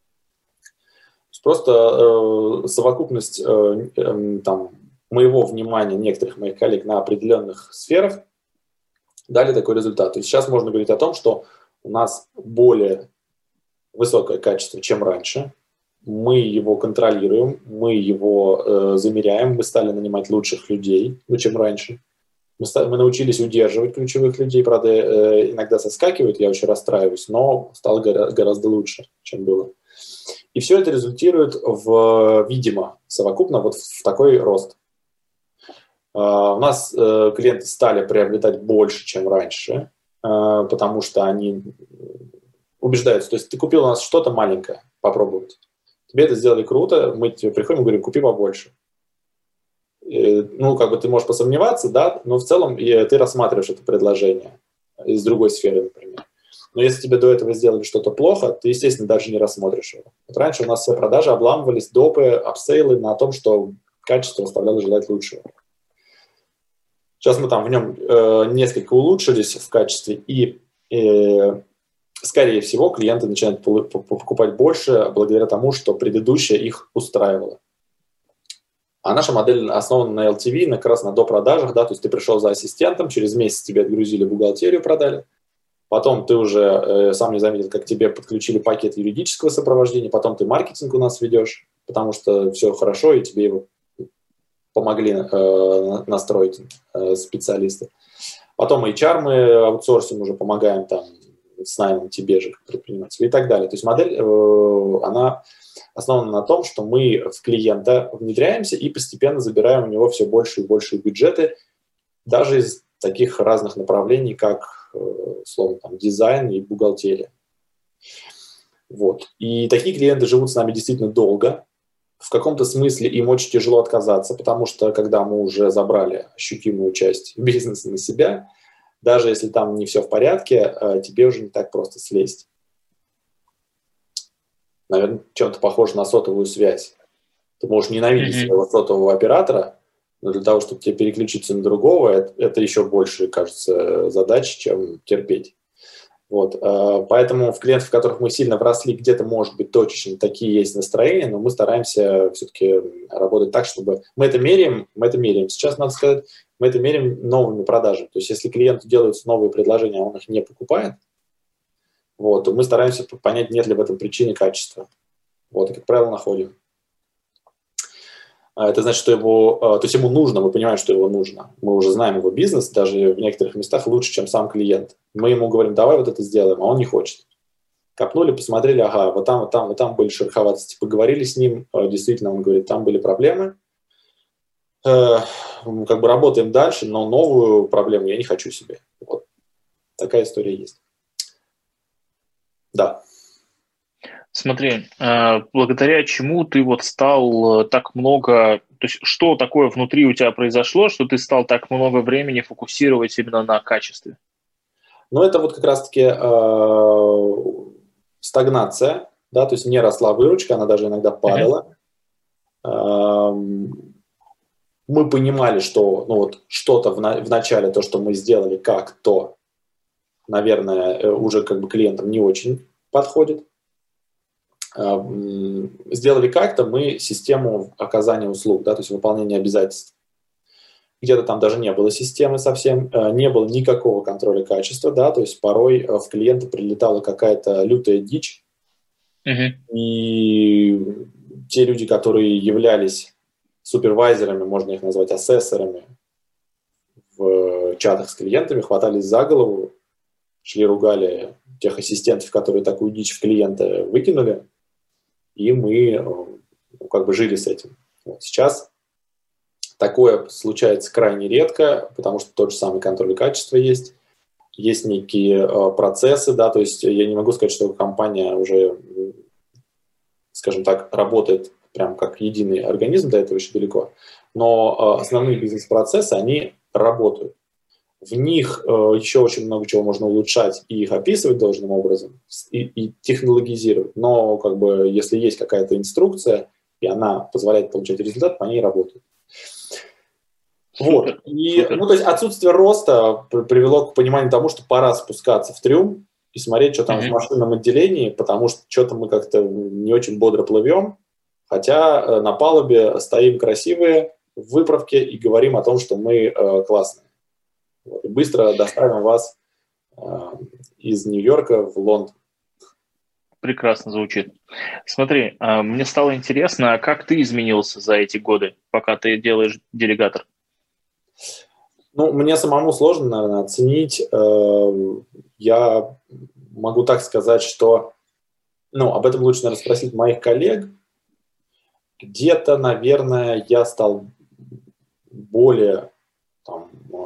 Просто э, совокупность э, э, там, моего внимания некоторых моих коллег на определенных сферах дали такой результат. То есть сейчас можно говорить о том, что у нас более высокое качество, чем раньше. Мы его контролируем, мы его э, замеряем, мы стали нанимать лучших людей, ну, чем раньше. Мы, мы научились удерживать ключевых людей, правда, э, иногда соскакивают, я очень расстраиваюсь, но стало гора- гораздо лучше, чем было. И все это результирует в, видимо, совокупно вот в такой рост. Uh, у нас uh, клиенты стали приобретать больше, чем раньше, uh, потому что они убеждаются. То есть ты купил у нас что-то маленькое, попробовать. Тебе это сделали круто, мы тебе приходим и говорим, купи побольше. И, ну, как бы ты можешь посомневаться, да, но в целом и, ты рассматриваешь это предложение из другой сферы, например. Но если тебе до этого сделали что-то плохо, ты, естественно, даже не рассмотришь его. Вот раньше у нас все продажи обламывались, допы, апсейлы на том, что качество оставляло желать лучшего. Сейчас мы там в нем э, несколько улучшились в качестве, и, э, скорее всего, клиенты начинают покупать больше благодаря тому, что предыдущее их устраивало. А наша модель основана на эл ти ви, на, как раз на допродажах, да, то есть ты пришел за ассистентом, через месяц тебе отгрузили бухгалтерию, продали, потом ты уже э, сам не заметил, как тебе подключили пакет юридического сопровождения, потом ты маркетинг у нас ведешь, потому что все хорошо, и тебе его помогли э, настроить э, специалисты. Потом эйч ар мы аутсорсим, уже помогаем там с наймом тебе же, как предпринимателю и так далее. То есть модель, она основана на том, что мы в клиента внедряемся и постепенно забираем у него все больше и больше бюджеты, даже из таких разных направлений, как, словно, там, дизайн и бухгалтерия. Вот. И такие клиенты живут с нами действительно долго. В каком-то смысле им очень тяжело отказаться, потому что когда мы уже забрали ощутимую часть бизнеса на себя, даже если там не все в порядке, тебе уже не так просто слезть. Наверное, чем-то похоже на сотовую связь. Ты можешь ненавидеть mm-hmm. своего сотового оператора, но для того, чтобы тебе переключиться на другого, это, это еще больше, кажется, задача, чем терпеть. Вот. Поэтому в клиентах, в которых мы сильно вросли, где-то, может быть, точечно такие есть настроения, но мы стараемся все-таки работать так, чтобы... Мы это меряем, мы это меряем. Сейчас, надо сказать, мы это меряем новыми продажами. То есть если клиенту делаются новые предложения, а он их не покупает, вот, то мы стараемся понять, нет ли в этом причины качества. Вот, и, как правило, находим. Это значит, что его, то есть ему нужно, мы понимаем, что его нужно. Мы уже знаем его бизнес, даже в некоторых местах лучше, чем сам клиент. Мы ему говорим, давай вот это сделаем, а он не хочет. Копнули, посмотрели, ага, вот там, вот там, вот там были шероховатости. Поговорили с ним, действительно, он говорит, там были проблемы. Как бы работаем дальше, но новую проблему я не хочу себе. Вот. Такая история есть. Да. Смотри, благодаря чему ты вот стал так много, то есть что такое внутри у тебя произошло, что ты стал так много времени фокусировать именно на качестве? Ну, это вот как раз-таки э, стагнация, да, то есть не росла выручка, она даже иногда падала. Mm-hmm. Э, мы понимали, что ну, вот что-то в, на, в начале, то, что мы сделали как-то, наверное, уже как бы клиентам не очень подходит. Сделали как-то мы систему оказания услуг, да, то есть выполнения обязательств. Где-то там даже не было системы совсем, не было никакого контроля качества, да, то есть порой в клиента прилетала какая-то лютая дичь, uh-huh. и те люди, которые являлись супервайзерами, можно их назвать ассессорами в чатах с клиентами, хватались за голову, шли ругали тех ассистентов, которые такую дичь в клиента выкинули, и мы ну, как бы жили с этим. Вот. Сейчас такое случается крайне редко, потому что тот же самый контроль качества есть. Есть некие э, процессы, да, то есть я не могу сказать, что компания уже, скажем так, работает прям как единый организм, до этого еще далеко, но э, основные бизнес-процессы, они работают. В них э, еще очень много чего можно улучшать и их описывать должным образом, и, и технологизировать. Но как бы, если есть какая-то инструкция, и она позволяет получать результат, по ней работают. Супер, вот. И, супер. Ну, то есть отсутствие роста привело к пониманию тому, что пора спускаться в трюм и смотреть, что там mm-hmm. в машинном отделении, потому что что-то мы как-то не очень бодро плывем, хотя на палубе стоим красивые в выправке и говорим о том, что мы э, классные. Вот, и быстро доставим вас э, из Нью-Йорка в Лондон. Прекрасно звучит. Смотри, э, мне стало интересно, как ты изменился за эти годы, пока ты делаешь делегатор? Ну, мне самому сложно, наверное, оценить. Э, я могу так сказать, что... Ну, об этом лучше, наверное, спросить моих коллег. Где-то, наверное, я стал более... Там,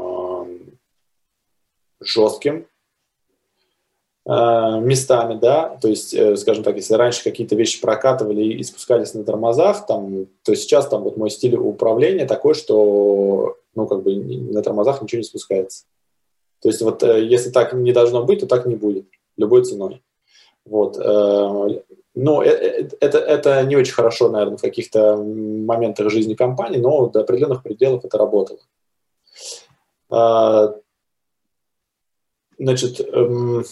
жестким э, местами, да, то есть, э, скажем так, если раньше какие-то вещи прокатывали и спускались на тормозах, там, то сейчас там вот мой стиль управления такой, что, ну, как бы на тормозах ничего не спускается. То есть вот э, если так не должно быть, то так не будет, любой ценой. Вот. Э, но это, это, это не очень хорошо, наверное, в каких-то моментах жизни компании, но до определенных пределов это работало. Э, Значит, эм,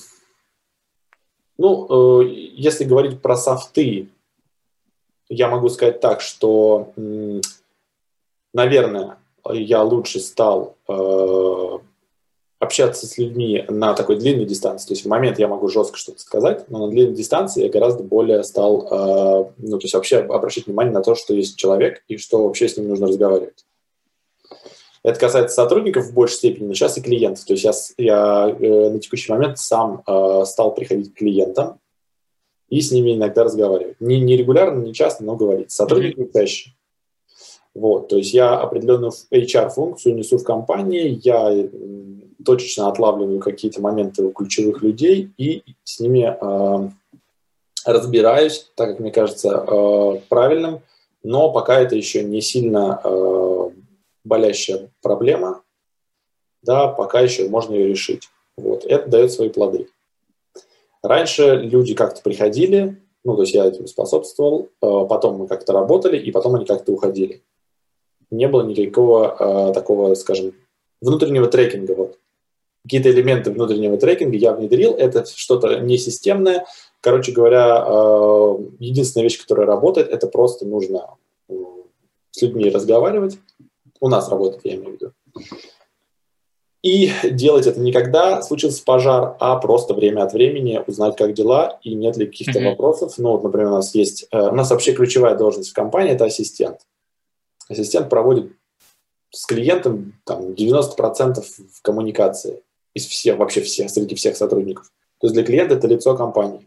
ну, э, если говорить про софты, я могу сказать так, что, э, наверное, я лучше стал э, общаться с людьми на такой длинной дистанции. То есть в момент я могу жестко что-то сказать, но на длинной дистанции я гораздо более стал, э, ну, то есть вообще обращать внимание на то, что есть человек и что вообще с ним нужно разговаривать. Это касается сотрудников в большей степени, но сейчас и клиентов. То есть я, я э, на текущий момент сам э, стал приходить к клиентам и с ними иногда разговаривать. Не, не регулярно, не часто, но говорить. С сотрудниками mm-hmm. чаще. Вот, то есть я определенную эйч ар-функцию несу в компании, я точечно отлавливаю какие-то моменты у ключевых людей и с ними э, разбираюсь, так как мне кажется э, правильным, но пока это еще не сильно э, болящая проблема, да, пока еще можно ее решить. Вот, это дает свои плоды. Раньше люди как-то приходили, ну, то есть я этим способствовал, э, потом мы как-то работали, и потом они как-то уходили. Не было никакого э, такого, скажем, внутреннего трекинга. Вот. Какие-то элементы внутреннего трекинга я внедрил, это что-то несистемное. Короче говоря, э, единственная вещь, которая работает, это просто нужно э, с людьми разговаривать. У нас работает, я имею в виду. И делать это не когда случился пожар, а просто время от времени узнать, как дела и нет ли каких-то mm-hmm. вопросов. Ну, вот, например, у нас есть... Э, у нас вообще ключевая должность в компании – это ассистент. Ассистент проводит с клиентом там, девяносто процентов в коммуникации из всех, вообще всех, среди всех сотрудников. То есть для клиента это лицо компании.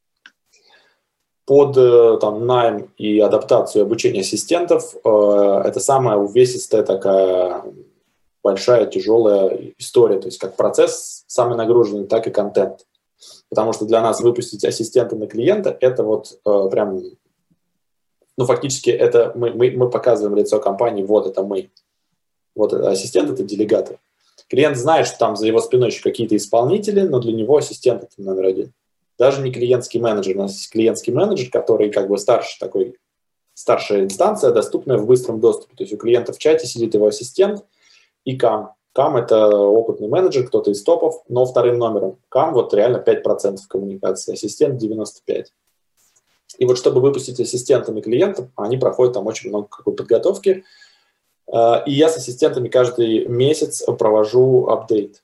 Под там, найм и адаптацию и обучение ассистентов э, это самая увесистая такая большая, тяжелая история. То есть как процесс самый нагруженный, так и контент. Потому что для нас выпустить ассистента на клиента это вот э, прям... Ну, фактически, это мы, мы, мы показываем лицо компании, вот это мы. Вот это ассистент, это делегаты. Клиент знает, что там за его спиной еще какие-то исполнители, но для него ассистент это номер один. Даже не клиентский менеджер. У нас есть клиентский менеджер, который как бы старше такой, старшая инстанция, доступная в быстром доступе. То есть у клиента в чате сидит его ассистент и кам. Кам – это опытный менеджер, кто-то из топов, но вторым номером. Кам вот реально пять процентов коммуникации, ассистент девяносто пять процентов. И вот чтобы выпустить ассистента на клиентов, они проходят там очень много какой подготовки. И я с ассистентами каждый месяц провожу апдейт.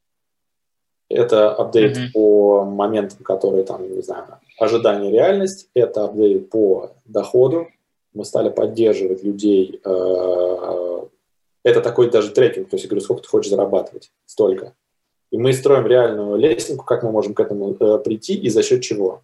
Это апдейт mm-hmm. по моментам, которые там, не знаю, ожидание, реальность. Это апдейт по доходу. Мы стали поддерживать людей. Это такой даже трекинг. То есть я говорю, сколько ты хочешь зарабатывать? Столько. И мы строим реальную лестницу, как мы можем к этому прийти и за счет чего.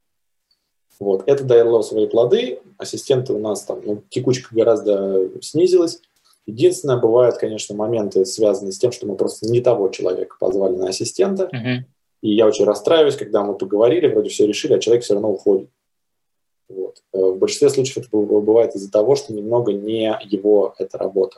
Вот. Это дало свои плоды. Ассистенты у нас там, ну, текучка гораздо снизилась. Единственное, бывают, конечно, моменты, связанные с тем, что мы просто не того человека позвали на ассистента. Uh-huh. И я очень расстраиваюсь, когда мы поговорили, вроде все решили, а человек все равно уходит. Вот. В большинстве случаев это бывает из-за того, что немного не его эта работа.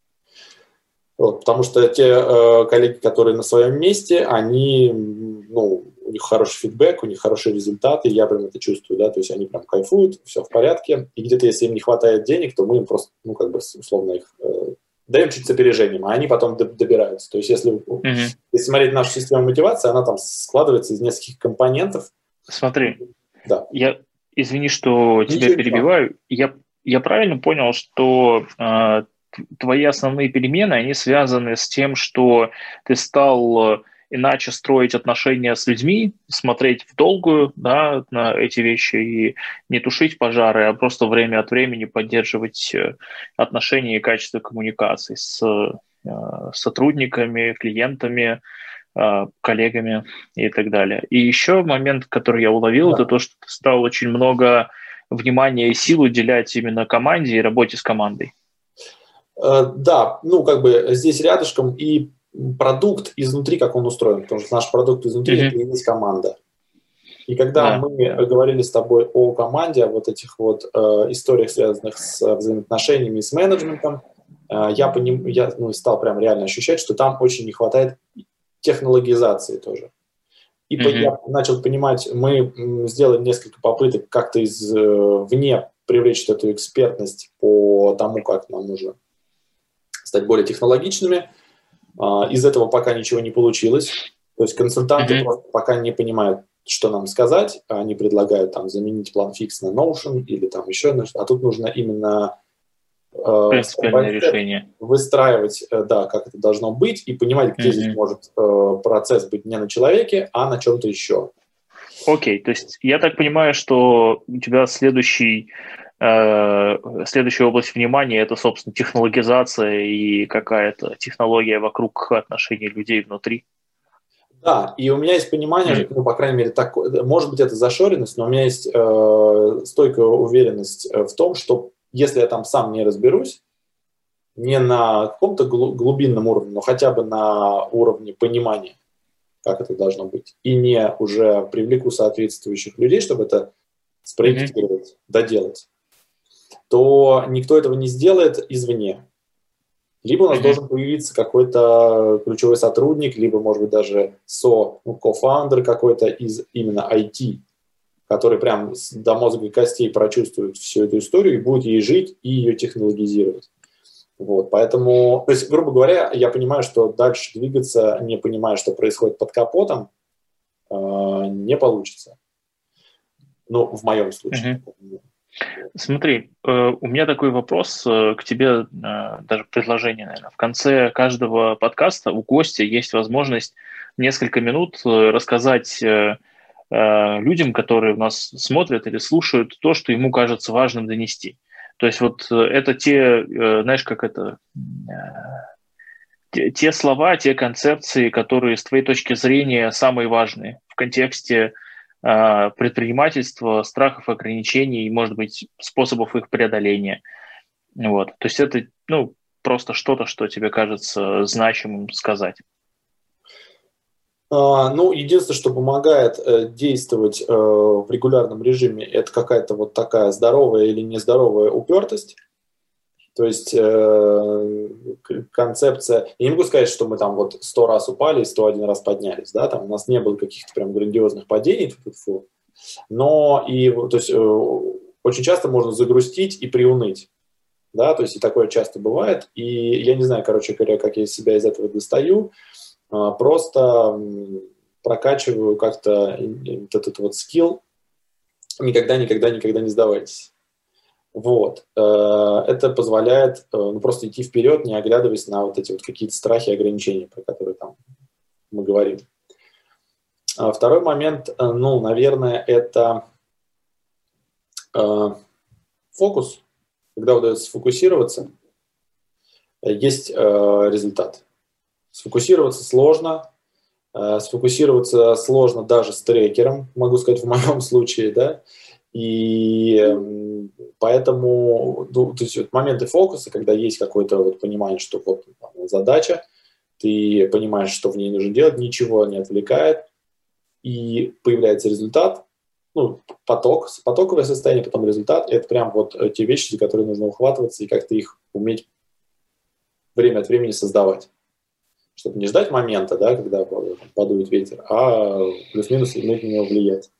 Вот. Потому что те э, коллеги, которые на своем месте, они, ну, у них хороший фидбэк, у них хорошие результаты, я прям это чувствую, да, то есть они прям кайфуют, все в порядке, и где-то, если им не хватает денег, то мы им просто, ну, как бы, условно их э, даем чуть с опережением, а они потом добираются. То есть если, mm-hmm. если смотреть нашу систему мотивации, она там складывается из нескольких компонентов. Смотри, да. я, извини, что тебя Ничего перебиваю, я, я правильно понял, что э, твои основные перемены, они связаны с тем, что ты стал... иначе строить отношения с людьми, смотреть в долгую, да, на эти вещи и не тушить пожары, а просто время от времени поддерживать отношения и качество коммуникаций с э, сотрудниками, клиентами, э, коллегами и так далее. И еще момент, который я уловил, да. это то, что ты стал очень много внимания и сил уделять именно команде и работе с командой. Э, да, ну как бы здесь рядышком и продукт изнутри, как он устроен, потому что наш продукт изнутри mm-hmm. это и есть команда. И когда yeah. мы yeah. говорили с тобой о команде, о вот этих вот э, историях, связанных с э, взаимоотношениями и с менеджментом, э, я, поним, я ну, стал прям реально ощущать, что там очень не хватает технологизации тоже. И mm-hmm. я начал понимать, мы сделали несколько попыток как-то извне привлечь эту экспертность по тому, как нам нужно стать более технологичными. Из этого пока ничего не получилось. То есть консультанты mm-hmm. просто пока не понимают, что нам сказать. Они предлагают там заменить PlanFix на Notion или там еще что-то. А тут нужно именно принципиальное решение. Выстраивать, да, как это должно быть, и понимать, где mm-hmm. здесь может э, процесс быть не на человеке, а на чем-то еще. Окей, okay, то есть я так понимаю, что у тебя следующий э, следующая область внимания – это, собственно, технологизация и какая-то технология вокруг отношений людей внутри. Да, и у меня есть понимание, Mm. ну, по крайней мере, так, может быть, это зашоренность, но у меня есть э, стойкая уверенность в том, что если я там сам не разберусь, не на каком-то глубинном уровне, но хотя бы на уровне понимания, как это должно быть, и не уже привлеку соответствующих людей, чтобы это спроектировать, mm-hmm. доделать, то никто этого не сделает извне. Либо у нас mm-hmm. должен появиться какой-то ключевой сотрудник, либо, может быть, даже со, ну, кофаундер какой-то из именно ай ти, который прям до мозга и костей прочувствует всю эту историю и будет ей жить и ее технологизировать. Вот, поэтому, то есть, грубо говоря, я понимаю, что дальше двигаться, не понимая, что происходит под капотом, э, не получится. Ну, в моем случае. Mm-hmm. Смотри, э, у меня такой вопрос э, к тебе, э, даже предложение, наверное. В конце каждого подкаста у гостя есть возможность несколько минут э, рассказать э, э, людям, которые нас смотрят или слушают, то, что ему кажется важным донести. То есть вот это те, знаешь, как это, те, те слова, те концепции, которые с твоей точки зрения самые важные в контексте э, предпринимательства, страхов, ограничений и, может быть, способов их преодоления. Вот. То есть это, ну, просто что-то, что тебе кажется значимым сказать. Ну, единственное, что помогает э, действовать э, в регулярном режиме, это какая-то вот такая здоровая или нездоровая упертость. То есть э, концепция... Я не могу сказать, что мы там вот сто раз упали и сто один раз поднялись. Да? Там у нас не было каких-то прям грандиозных падений. Фу-фу-фу. Но и, то есть, э, очень часто можно загрустить и приуныть. Да? То есть и такое часто бывает. И я не знаю, короче говоря, как я себя из этого достаю. Просто прокачиваю как-то вот этот вот скилл. Никогда, никогда, никогда не сдавайтесь. Вот. Это позволяет ну, просто идти вперед, не оглядываясь на вот эти вот какие-то страхи и ограничения, про которые там мы говорим. Второй момент, ну, наверное, это фокус. Когда удается сфокусироваться, есть результат. Сфокусироваться сложно, сфокусироваться сложно даже с трекером, могу сказать, в моем случае, да, и поэтому ну, то есть вот моменты фокуса, когда есть какое-то вот понимание, что вот задача, ты понимаешь, что в ней нужно делать, ничего не отвлекает, и появляется результат, ну, поток, потоковое состояние, потом результат, это прям вот те вещи, за которые нужно ухватываться и как-то их уметь время от времени создавать. Чтобы не ждать момента, да, когда подует ветер, а плюс-минус уметь на него влиять.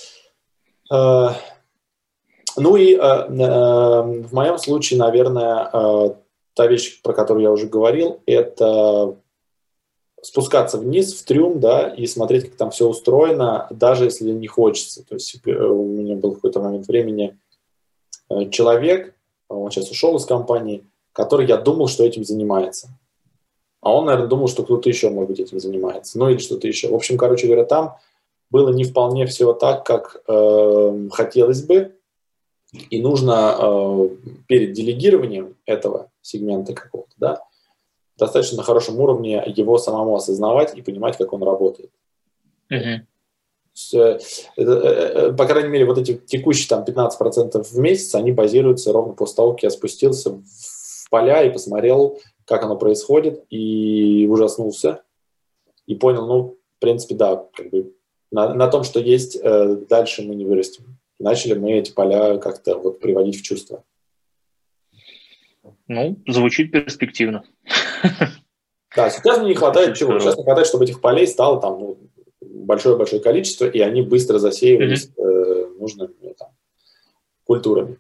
Ну и в моем случае, наверное, та вещь, про которую я уже говорил, это спускаться вниз в трюм, да, и смотреть, как там все устроено, даже если не хочется. То есть у меня был какой-то момент времени человек, он сейчас ушел из компании, который, я думал, что этим занимается. А он, наверное, думал, что кто-то еще, может быть, этим занимается. Ну или что-то еще. В общем, короче говоря, там было не вполне все так, как э, хотелось бы. И нужно э, перед делегированием этого сегмента какого-то, да, достаточно на хорошем уровне его самому осознавать и понимать, как он работает. Mm-hmm. Есть, э, э, по крайней мере, вот эти текущие там, пятнадцать процентов в месяц, они базируются ровно после того, как я спустился в поля и посмотрел, как оно происходит, и ужаснулся, и понял, ну, в принципе, да, как бы на, на том, что есть, э, дальше мы не вырастем. Начали мы эти поля как-то вот приводить в чувство. Ну, звучит перспективно. Да, сейчас мне не хватает чего. Сейчас не хватает, чтобы этих полей стало там ну, большое-большое количество, и они быстро засеивались mm-hmm. э, нужными там, культурами.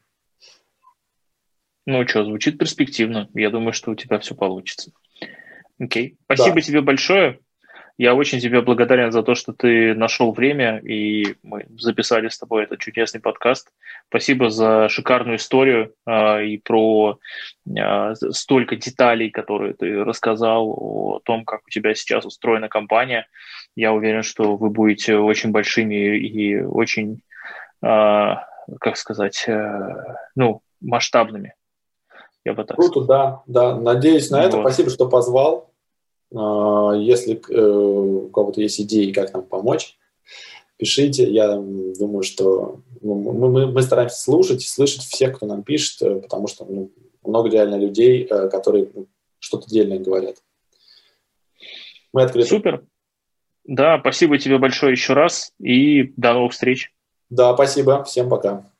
Ну что, звучит перспективно. Я думаю, что у тебя все получится. Окей. Спасибо да. тебе большое. Я очень тебе благодарен за то, что ты нашел время, и мы записали с тобой этот чудесный подкаст. Спасибо за шикарную историю э, и про э, столько деталей, которые ты рассказал о том, как у тебя сейчас устроена компания. Я уверен, что вы будете очень большими и очень э, как сказать, ну, масштабными. Я бы так Круто, сказал. да, да. Надеюсь на это. Вот. Спасибо, что позвал. Если у кого-то есть идеи, как нам помочь, пишите. Я думаю, что ну, мы, мы стараемся слушать, слышать всех, кто нам пишет, потому что ну, много реально людей, которые ну, что-то дельное говорят. Мы открыты. Супер. Да, спасибо тебе большое еще раз и до новых встреч. Да, спасибо. Всем пока.